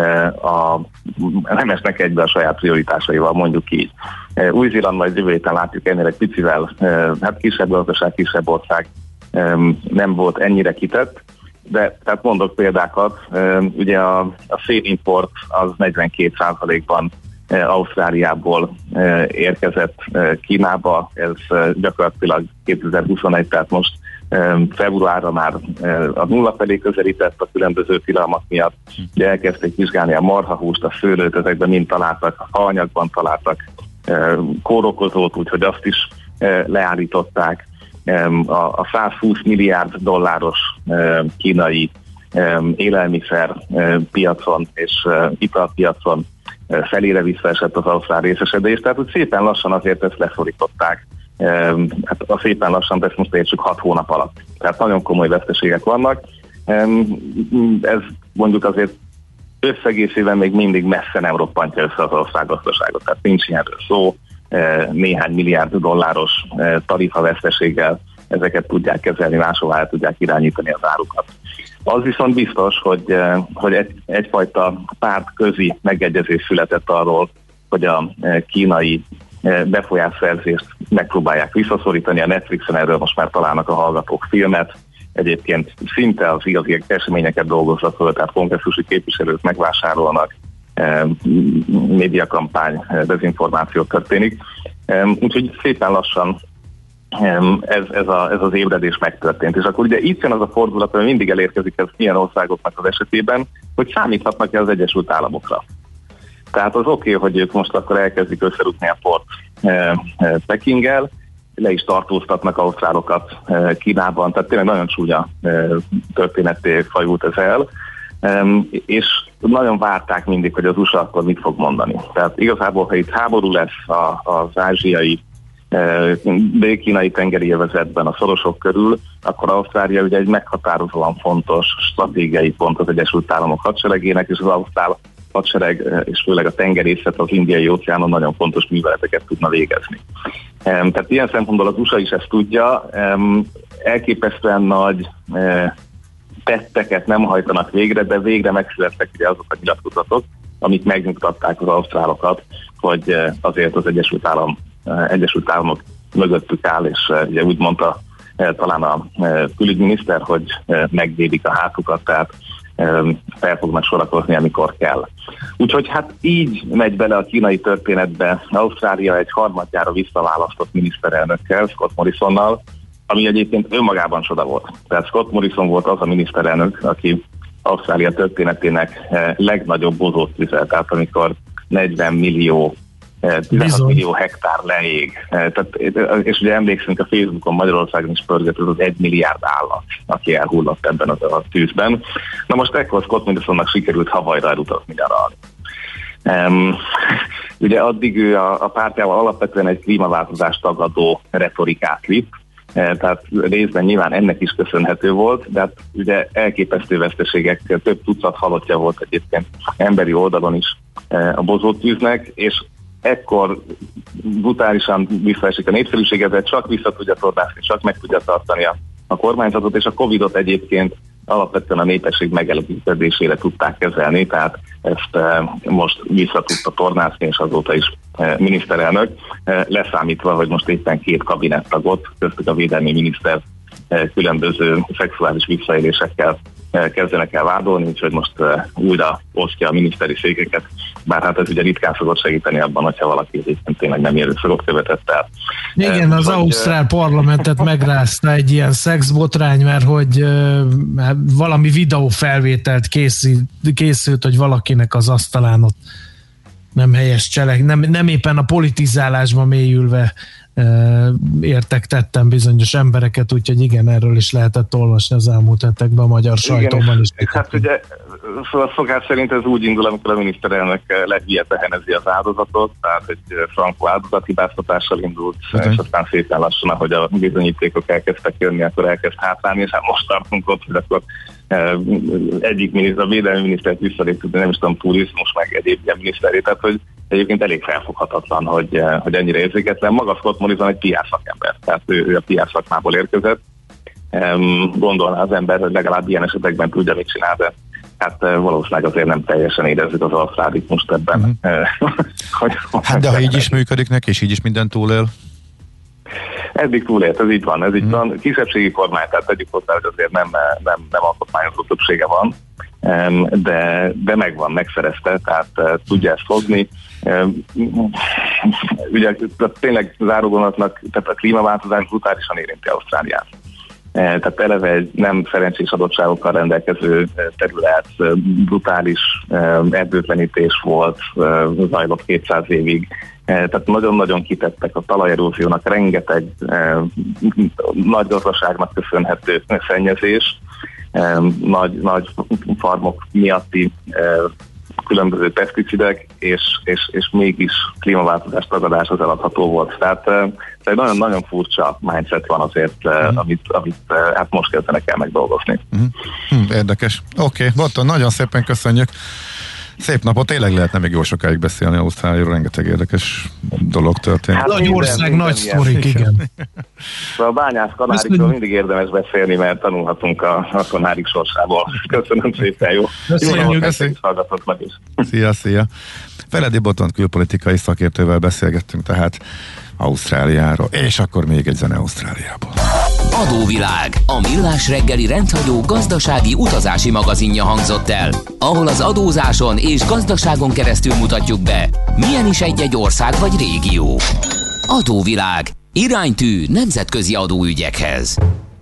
nem esnek egybe a saját prioritásaival, mondjuk így. Új-Zéland majd jövő héten látjuk ennél egy picivel, hát kisebb gazdaság, kisebb ország nem volt ennyire kitett, de tehát mondok példákat, ugye a szénimport az 42%-ban Ausztráliából érkezett Kínába, ez gyakorlatilag 2021, tehát most februárra már a nulla felé közelített a különböző tilalmak miatt. Ugye elkezdték vizsgálni a marhahúst, a szőlőt, ezekben mind találtak, a faanyagban találtak kórokozót, úgyhogy azt is leállították. A 120 milliárd dolláros kínai élelmiszer piacon és italpiacon felére visszaesett az ausztrál részesedés, tehát úgy szépen lassan azért ezt leszorították. Hát a szépen lassan, de ezt most értsük 6 hónap alatt. Tehát nagyon komoly veszteségek vannak. Ez mondjuk azért összegészében még mindig messze nem roppantja össze az ország gazdaságot, tehát nincs ilyenről szó. Néhány milliárd dolláros tarifa veszteséggel ezeket tudják kezelni, máshová el tudják irányítani az árukat. Az viszont biztos, hogy egyfajta pártközi megegyezés született arról, hogy a kínai befolyásszerzést megpróbálják visszaszorítani. A Netflixen erről most már találnak a hallgatók filmet. Egyébként szinte az igazi eseményeket dolgozza föl, tehát kongresszusi képviselőt megvásárolnak, médiakampány, dezinformáció történik. Úgyhogy szépen lassan ez az ébredés megtörtént. És akkor ugye itt jön az a fordulat, hogy mindig elérkezik ez ilyen országoknak az esetében, hogy számíthatnak-e az Egyesült Államokra. Tehát az oké, hogy ők most akkor elkezdik összerúgni a port Pekinggel, le is tartóztatnak ausztrálokat Kínában, tehát tényleg nagyon csúnya történetté fajult ez el, és nagyon várták mindig, hogy az USA akkor mit fog mondani. Tehát igazából, ha itt háború lesz az ázsiai dél-kínai tengeri övezetben a szorosok körül, akkor Ausztrália ugye egy meghatározóan fontos stratégiai pont az Egyesült Államok hadseregének, és az ausztrál hadsereg, és főleg a tengerészet az Indiai óceánon nagyon fontos műveleteket tudna végezni. Tehát ilyen szempontból az USA is ezt tudja, elképesztően nagy tetteket nem hajtanak végre, de végre megszülettek ugye azok a nyilatkozatok, amik megnyugtatták az ausztrálokat, hogy azért az Egyesült Államok mögöttük áll, és ugye úgy mondta talán a külügyminiszter, hogy megvédik a hátukat, tehát fel fognak sorakozni, amikor kell. Úgyhogy hát így megy bele a kínai történetbe Ausztrália egy harmadjára visszaválasztott miniszterelnökkel, Scott Morrisonnal, ami egyébként önmagában csoda volt. Tehát Scott Morrison volt az a miniszterelnök, aki Ausztrália történetének legnagyobb bozót tüzelt, tehát amikor 16 millió hektár leég. Tehát, és ugye emlékszünk, a Facebookon Magyarországon is pörgött az 1 milliárd állat, aki elhullott ebben a tűzben. Na most ekkor Scott Morrisonnak sikerült Hawaiira elutazni nyaralni. Ugye addig ő a pártjával alapvetően egy klímaváltozást tagadó retorikát vitt, tehát részben nyilván ennek is köszönhető volt, de hát ugye elképesztő veszteségek, több tucat halottja volt egyébként emberi oldalon is a bozóttűznek, és ekkor brutálisan visszaesik a népszerűség, ezzel csak vissza tudja tornászni, csak meg tudja tartani a kormányzatot, és a Covidot egyébként alapvetően a népesség megelőzésére tudták kezelni, tehát ezt most vissza tudta tornászni, és azóta is miniszterelnök, leszámítva, hogy most éppen 2 kabinettagot, köztük a védelmi miniszter különböző szexuális visszaélésekkel kezdenek el vádolni, úgyhogy most újra osztja a miniszteri székeket, bár hát ez ugye ritkán szokott segíteni abban, hogyha valaki egyébként tényleg nem erőszakot követett el. Igen, az ausztrál parlamentet megrázta egy ilyen szexbotrány, mert hogy valami videófelvételt készült, hogy valakinek az asztalán ott nem helyes nem éppen a politizálásba mélyülve értektettem bizonyos embereket, úgyhogy igen, erről is lehetett olvasni az elmúlt hetekben a magyar sajtóban is. Hát ugye szóval szokás szerint ez úgy indul, amikor a miniszterelnök lehülye tehenezi az áldozatot, tehát egy frankó áldozathibáztatással indult, és aztán szépen lassan, ahogy a bizonyítékok elkezdtek jönni, akkor elkezd hátrálni, és hát most tartunk ott, hogy akkor egyik miniszter, a védelmi minisztert visszaléptük, de nem is tudom, turizmus, meg egyéb ilyen miniszterét, tehát hogy egyébként elég felfoghatatlan, hogy ennyire érzéketlen. Maga Scott Morrison egy PR szakember, tehát ő a PR szakmából érkezett. Gondolná az ember, hogy legalább ilyen esetekben tudja, mit csinál, de hát valószínűleg azért nem teljesen érezzük az ausztrálit ebben. Hát de ha így is működik neki, és így is minden túlél? Eddig túlélt, ez így van. Kisebbségi kormány, tehát tegyük hozzá, hogy azért nem alkotmányozó többsége van, de megvan, megszerezte, tehát tudja ezt hozni. Ugye tényleg zárógonatnak, tehát a klímaváltozás brutálisan érinti Ausztráliát. Tehát eleve egy nem szerencsés adottságokkal rendelkező terület, brutális erdőtlenítés volt, zajlott 200 évig. Tehát nagyon-nagyon kitettek a talajeróziónak, rengeteg nagy gazdaságnak köszönhető szennyezés, nagy farmok miatti különböző peszticidek, és mégis klímaváltozás tagadás az eladható volt. Tehát egy nagyon-nagyon furcsa mindset van azért, amit hát most kezdenek el megdolgozni. Érdekes. Oké, Botton, nagyon szépen köszönjük. Szép napot, tényleg lehetne még jó sokáig beszélni Ausztráliáról, rengeteg érdekes dolog történt. Hát nagy ország, nagy sztorik, igen. A bányász kanárikról mindig érdemes beszélni, mert tanulhatunk a kanárik sorsából. Köszönöm szépen, jó. Köszönjük. Hallgatott meg is. Szia. Feledi Botton külpolitikai szakértővel beszélgettünk tehát Ausztráliáról, és akkor még egy zene Ausztráliából. Adóvilág, a millás reggeli rendhagyó gazdasági utazási magazinja hangzott el, ahol az adózáson és gazdaságon keresztül mutatjuk be, milyen is egy-egy ország vagy régió. Adóvilág, iránytű nemzetközi adóügyekhez.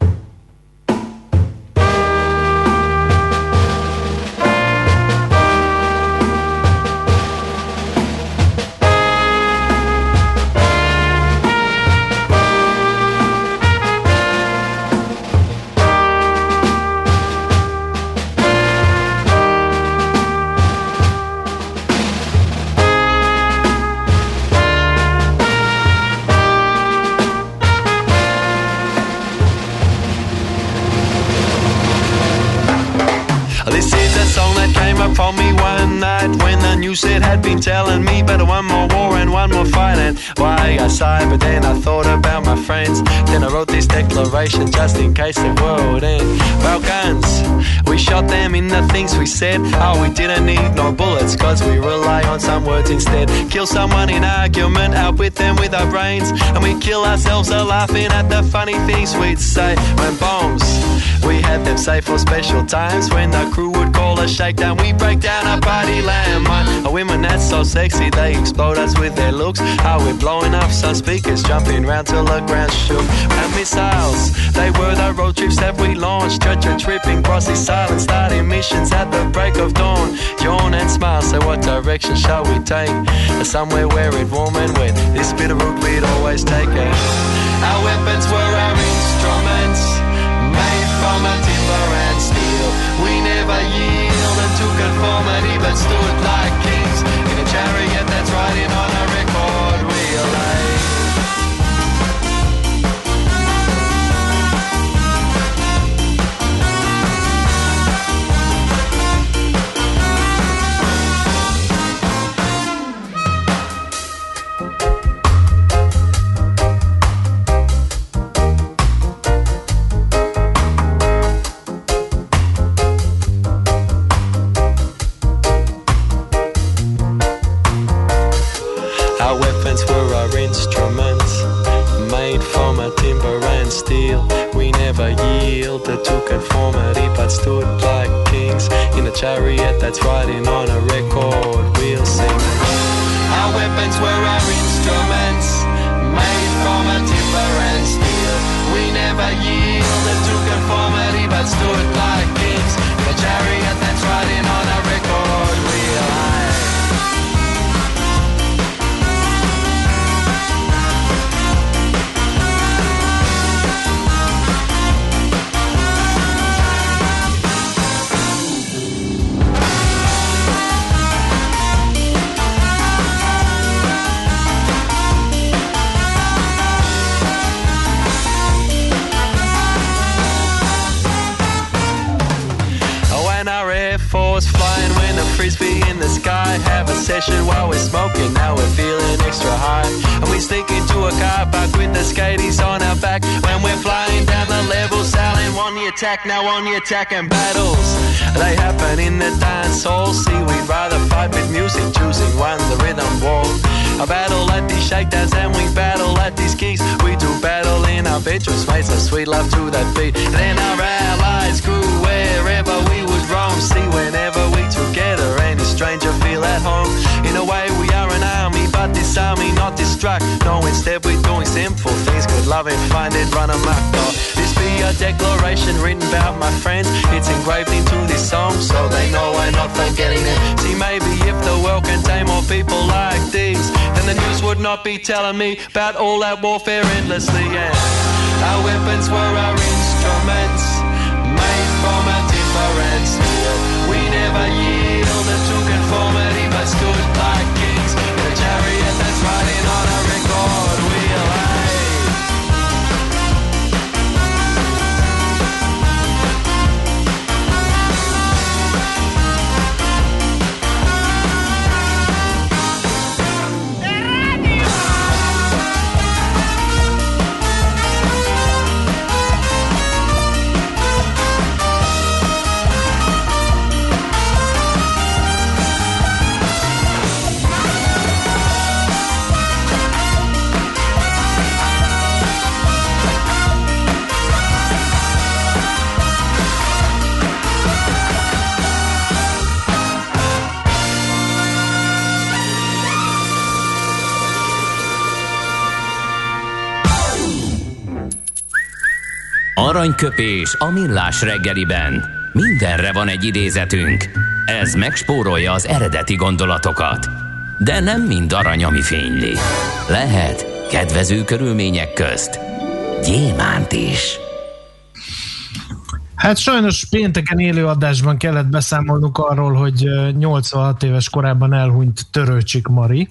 For me one night when the news it had been telling me better one more war and one more fight, and why I sighed, but then I thought about my friends. Then I wrote this declaration just in case the world ends. Well, guns, we shot them in the things we said. Oh, we didn't need no bullets cause we rely on some words instead. Kill someone in argument, outwit them with our brains, and we kill ourselves a laughing at the funny things we'd say. When bombs, we had them safe for special times. When the crew would call a shakedown, we break down a party landmine. A women that's so sexy, they explode us with their looks. How we're blowing up some speakers, jumping round till the ground shook. And missiles, they were the road trips that we launched. Church tripping, crossing silence, starting missions at the break of dawn. Yawn and smile, so what direction shall we take? Somewhere where it warm and wet, this bit of route we'd always take it. Our weapons were our instruments, made from a timber and steel. We never yielded to conformity, but stood like kings in a chariot that's riding on a record wheel. weapons were our instruments, made from a timber and steel. We never yielded to conformity, but stood like kings in a chariot that's riding on a record wheel, singing. Our weapons were our instruments, made from a timber and steel. We never yielded to conformity, but stood like kings in a chariot that's riding on a record wheel. Flying when the frisbee in the sky. Have a session while we're smoking. Now we're feeling extra high, and we sneak into a car park with the skaties on our back. When we're flying down the level, sailing on the attack. Now on the attack, and battles they happen in the dance hall. See, we'd rather fight with music, choosing one the rhythm wall. A battle at these shakedowns, and we battle at these gigs. We do battle in our bedrooms, made some sweet love to that beat. Then our allies grew wherever we would roam. See, whenever we together, any stranger feel at home. In a way we are an army, but this army not destruct. No, instead we're doing simple things, good loving, find it, run amok. Oh, this be a declaration written about my friends. It's engraved into this song, so they know I'm not forgetting it. See, maybe if the world contained more people like these, then the news would not be telling me about all that warfare endlessly. Yeah, our weapons were our instruments, made from a timber and steel. We never yielded to conformity, but stood like kings in a chariot that's riding on a record wheel. Aranyköpés a millás reggeliben. Mindenre van egy idézetünk. Ez megspórolja az eredeti gondolatokat. De nem mind arany, ami fényli. Lehet kedvező körülmények közt gyémánt is. Hát sajnos pénteken élő adásban kellett beszámolnunk arról, hogy 86 éves korában elhunyt Törőcsik Mari,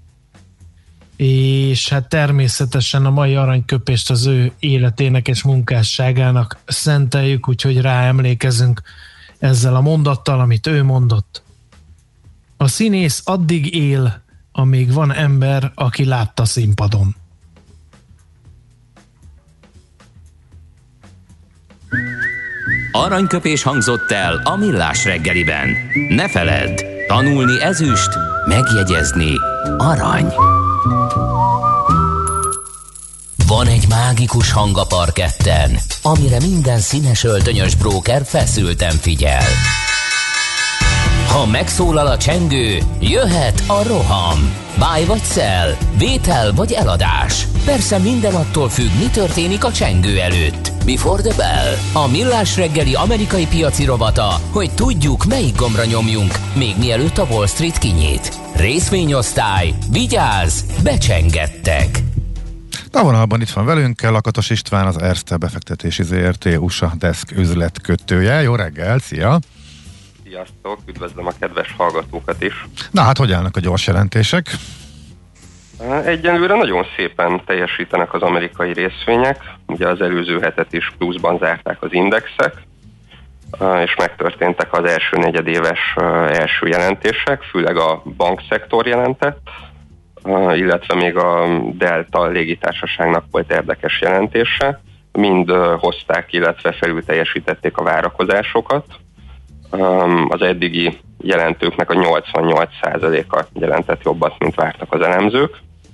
és hát természetesen a mai aranyköpést az ő életének és munkásságának szenteljük, úgyhogy ráemlékezünk ezzel a mondattal, amit ő mondott. A színész addig él, amíg van ember, aki látta színpadon. Aranyköpés hangzott el a millás reggeliben. Ne feledd, tanulni ezüst, megjegyezni arany. Van egy mágikus hang a parketten, amire minden színes öltönyös bróker feszülten figyel. Ha megszólal a csengő, jöhet a roham. Buy vagy sell, vétel vagy eladás. Persze minden attól függ, mi történik a csengő előtt. Before the bell, a millás reggeli amerikai piaci rovata, hogy tudjuk, melyik gombra nyomjunk, még mielőtt a Wall Street kinyit. Részvényosztály, vigyázz, becsengettek! A vonalban itt van velünk Lakatos István, az Erste befektetési ZRT USA Desk üzletkötője. Jó reggel, szia! Sziasztok, üdvözlöm a kedves hallgatókat is! Na hát, hogy állnak a gyors jelentések? Egyenlőre nagyon szépen teljesítenek az amerikai részvények. Ugye az előző hetet is pluszban zárták az indexek, és megtörténtek az első negyedéves első jelentések, főleg a bankszektor jelentett, illetve még a Delta légitársaságnak volt érdekes jelentése. Mind hozták, illetve felül teljesítették a várakozásokat. Az eddigi jelentőknek a 88%-a jelentett jobbat, mint vártak az elemzők.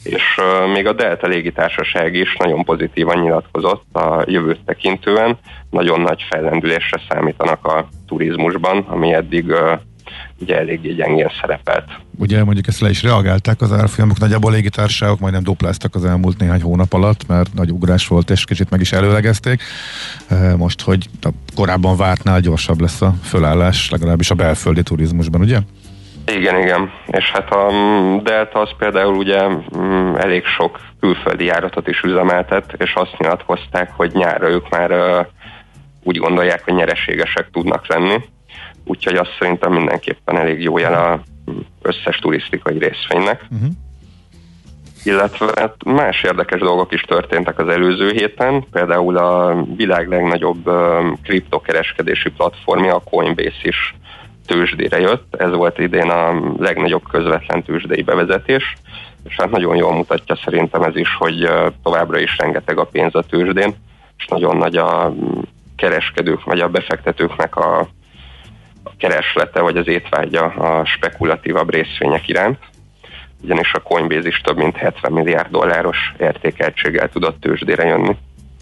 és még a Delta légitársaság is nagyon pozitívan nyilatkozott a jövőt tekintően. Nagyon nagy fellendülésre számítanak a turizmusban, ami eddig ugye eléggé gyengén szerepelt. Ugye mondjuk ezt le is reagálták az árfolyamok, nagyjából légitársaságok majdnem dupláztak az elmúlt néhány hónap alatt, mert nagy ugrás volt, és kicsit meg is előlegezték. Most, hogy korábban vártnál gyorsabb lesz a fölállás, legalábbis a belföldi turizmusban, ugye? Igen. És hát a Delta az például ugye elég sok külföldi járatot is üzemeltet, és azt nyilatkozták, hogy nyárra ők már úgy gondolják, hogy nyereségesek tudnak lenni. Úgyhogy azt szerintem mindenképpen elég jó jel az összes turisztikai részvénynek. Illetve hát más érdekes dolgok is történtek az előző héten, például a világ legnagyobb kriptokereskedési platformja, a Coinbase is tőzsdére jött. Ez volt idén a legnagyobb közvetlen tőzsdei bevezetés, és hát nagyon jól mutatja szerintem ez is, hogy továbbra is rengeteg a pénz a tőzsdén, és nagyon nagy a kereskedők vagy a befektetőknek a kereslete vagy az étvágya a spekulatívabb részvények iránt, ugyanis a Coinbase is több mint 70 milliárd dolláros értékeltséggel tudott tőzsdére jönni.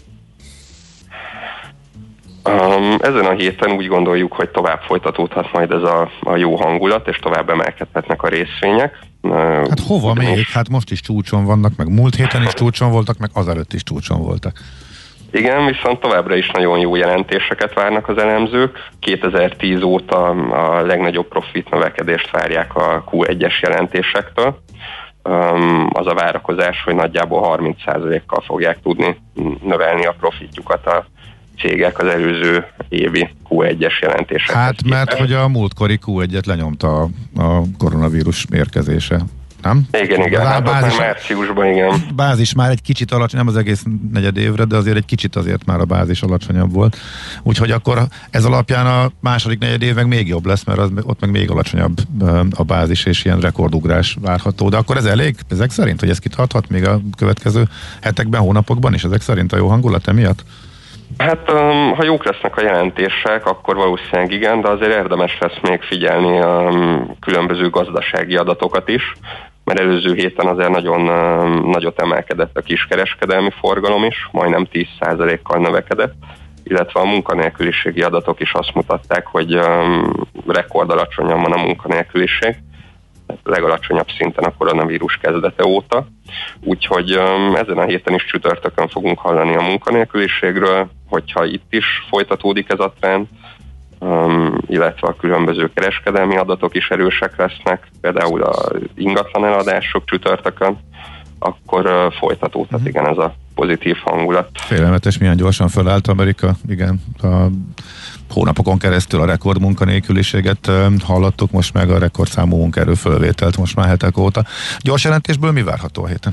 Ezen a héten úgy gondoljuk, hogy tovább folytatódhat majd ez a jó hangulat, és tovább emelkedhetnek a részvények. Hát hova még? Hát most is csúcson vannak, meg múlt héten is csúcson voltak, meg azelőtt is csúcson voltak. Igen, viszont továbbra is nagyon jó jelentéseket várnak az elemzők. 2010 óta a legnagyobb profit növekedést várják a Q1-es jelentésektől. Az a várakozás, hogy nagyjából 30%-kal fogják tudni növelni a profitjukat a cégek az előző évi Q1-es jelentésekhez. Hát mert hogy a múltkori Q1-et lenyomta a koronavírus érkezése. Nem? Igen. Hát bázis, már márciusban, igen. Bázis már egy kicsit alacsony, nem az egész negyed évre, de azért egy kicsit azért már a bázis alacsonyabb volt. Úgyhogy akkor ez alapján a második negyed év meg még jobb lesz, mert ott meg még alacsonyabb a bázis, és ilyen rekordugrás várható. De akkor ez elég? Ezek szerint, hogy ez kitarthat még a következő hetekben, hónapokban is? Ezek szerint a jó hangulat emiatt? Hát, ha jók lesznek a jelentések, akkor valószínűleg igen, de azért érdemes lesz még figyelni a különböző gazdasági adatokat is, mert előző héten azért nagyon nagyot emelkedett a kiskereskedelmi forgalom is, majdnem 10%-kal növekedett, illetve a munkanélküliségi adatok is azt mutatták, hogy rekord alacsonyan van a munkanélküliség, legalacsonyabb szinten a koronavírus kezdete óta. Úgyhogy ezen a héten is csütörtökön fogunk hallani a munkanélküliségről, hogyha itt is folytatódik ez a trend, illetve a különböző kereskedelmi adatok is erősek lesznek, például az ingatlan eladások csütörtökön, akkor folytatódhat igen ez a pozitív hangulat. Félelmetes, milyen gyorsan fölállt Amerika, igen, a hónapokon keresztül a rekord munkanélküliséget hallottuk, most meg a rekordszámú munkaerő fölvételt most már hetek óta. Gyors jelentésből mi várható a héten?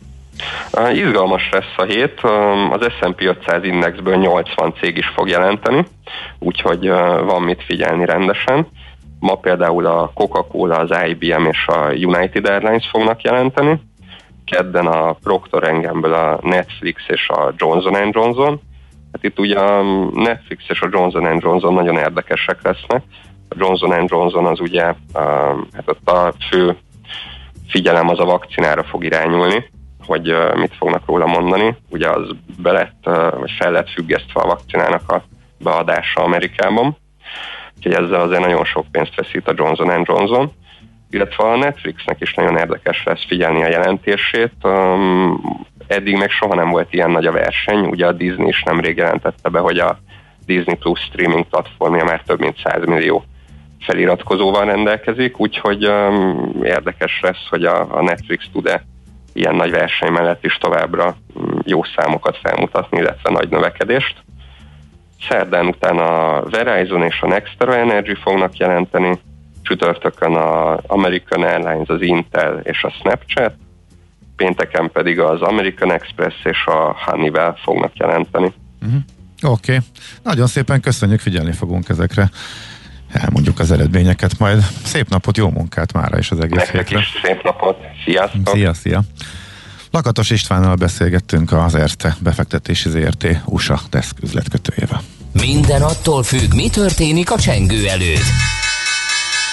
Izgalmas lesz a hét, az S&P 500 indexből 80 cég is fog jelenteni, úgyhogy van mit figyelni rendesen. Ma például a Coca-Cola, az IBM és a United Airlines fognak jelenteni, kedden a Procter & Gamble, a Netflix és a Johnson & Johnson. Hát itt ugye a Netflix és a Johnson & Johnson nagyon érdekesek lesznek. A Johnson & Johnson az ugye, hát ott a fő figyelem az a vakcinára fog irányulni, hogy mit fognak róla mondani. Ugye az vagy fel lett függesztve a vakcinának a beadása Amerikában. Úgyhogy ezzel azért nagyon sok pénzt veszít a Johnson & Johnson. Illetve a Netflixnek is nagyon érdekes lesz figyelni a jelentését. Eddig még soha nem volt ilyen nagy a verseny. Ugye a Disney is nemrég jelentette be, hogy a Disney Plus streaming platformja már több mint 100 millió feliratkozóval rendelkezik, úgyhogy érdekes lesz, hogy a Netflix tud-e ilyen nagy verseny mellett is továbbra jó számokat felmutatni, illetve nagy növekedést. Szerdán után a Verizon és a NextEra Energy fognak jelenteni, csütörtökön az American Airlines, az Intel és a Snapchat, pénteken pedig az American Express és a Honeywell fognak jelenteni. Oké. Nagyon szépen köszönjük, figyelni fogunk ezekre. Elmondjuk az eredményeket majd. Szép napot, jó munkát mára is az egész hétre. Nektek is szép napot. Sziasztok! Szia! Lakatos Istvánnal beszélgettünk az Erste befektetési ZRT USA Desk üzletkötőjével. Minden attól függ, mi történik a csengő előtt.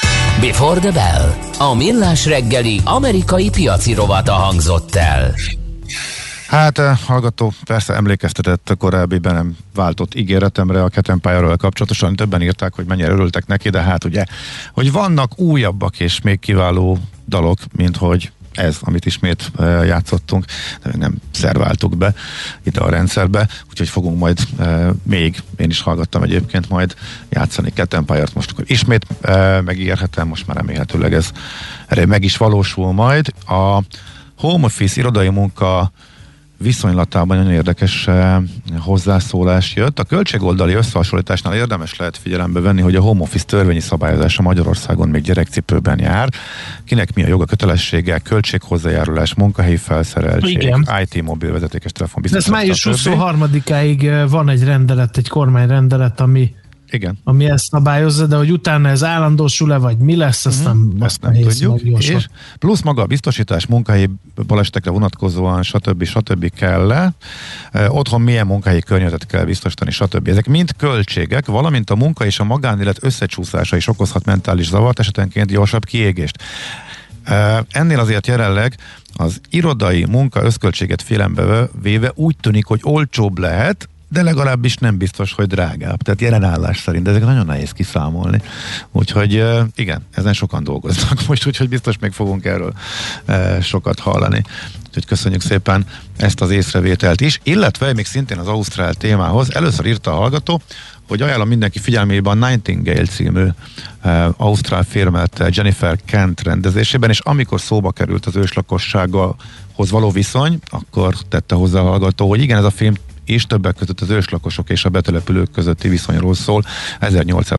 Before the Bell. A millás reggeli amerikai piaci rovata hangzott el. Hát hallgató persze emlékeztetett a korábbi be nem váltott ígéretemre a Cat Empire-ről kapcsolatosan. Többen írták, hogy mennyire örültek neki, de hát ugye, hogy vannak újabbak és még kiváló dalok, mint hogy ez, amit ismét játszottunk, de még nem szerváltuk be ide a rendszerbe, úgyhogy fogunk majd még, én is hallgattam egyébként, majd játszani Cat Empire-t, most akkor ismét megígérhetem, most már remélhetőleg ez meg is valósul majd. A home office irodai munka viszonylatában nagyon érdekes hozzászólás jött. A költségoldali összehasonlításnál érdemes lehet figyelembe venni, hogy a home office törvényi szabályozása Magyarországon még gyerekcipőben jár. Kinek mi a joga, kötelessége, költséghozzájárulás, munkahelyi felszereltség, igen. IT, mobil vezetékes telefon biztonság. Ez május 23-áig van egy rendelet, egy kormányrendelet, igen. Ami ezt szabályozza, de hogy utána ez állandósul-e, vagy mi lesz, ezt nem tudjuk. És plusz maga a biztosítás, munkahelyi balesetekre vonatkozóan, stb. Kell-e, otthon milyen munkahelyi környezetet kell biztosítani, stb. Ezek mind költségek, valamint a munka és a magánélet összecsúszása is okozhat mentális zavart, esetenként gyorsabb kiégést. Ennél azért jelenleg az irodai munka összköltséget figyelembe véve úgy tűnik, hogy olcsóbb lehet, de legalábbis nem biztos, hogy drágább. Tehát jelenállás szerint, de ezek nagyon nehéz kiszámolni. Úgyhogy igen, ezen sokan dolgoznak most, úgyhogy biztos még fogunk erről sokat hallani. Úgyhogy köszönjük szépen ezt az észrevételt is, illetve még szintén az ausztrál témához először írta a hallgató, hogy ajánlom mindenki figyelmébe a Nightingale című ausztrál filmet Jennifer Kent rendezésében, és amikor szóba került az őslakossághoz való viszony, akkor tette hozzá a hallgató, hogy igen, ez a film és többek között az őslakosok és a betelepülők közötti viszonyról szól.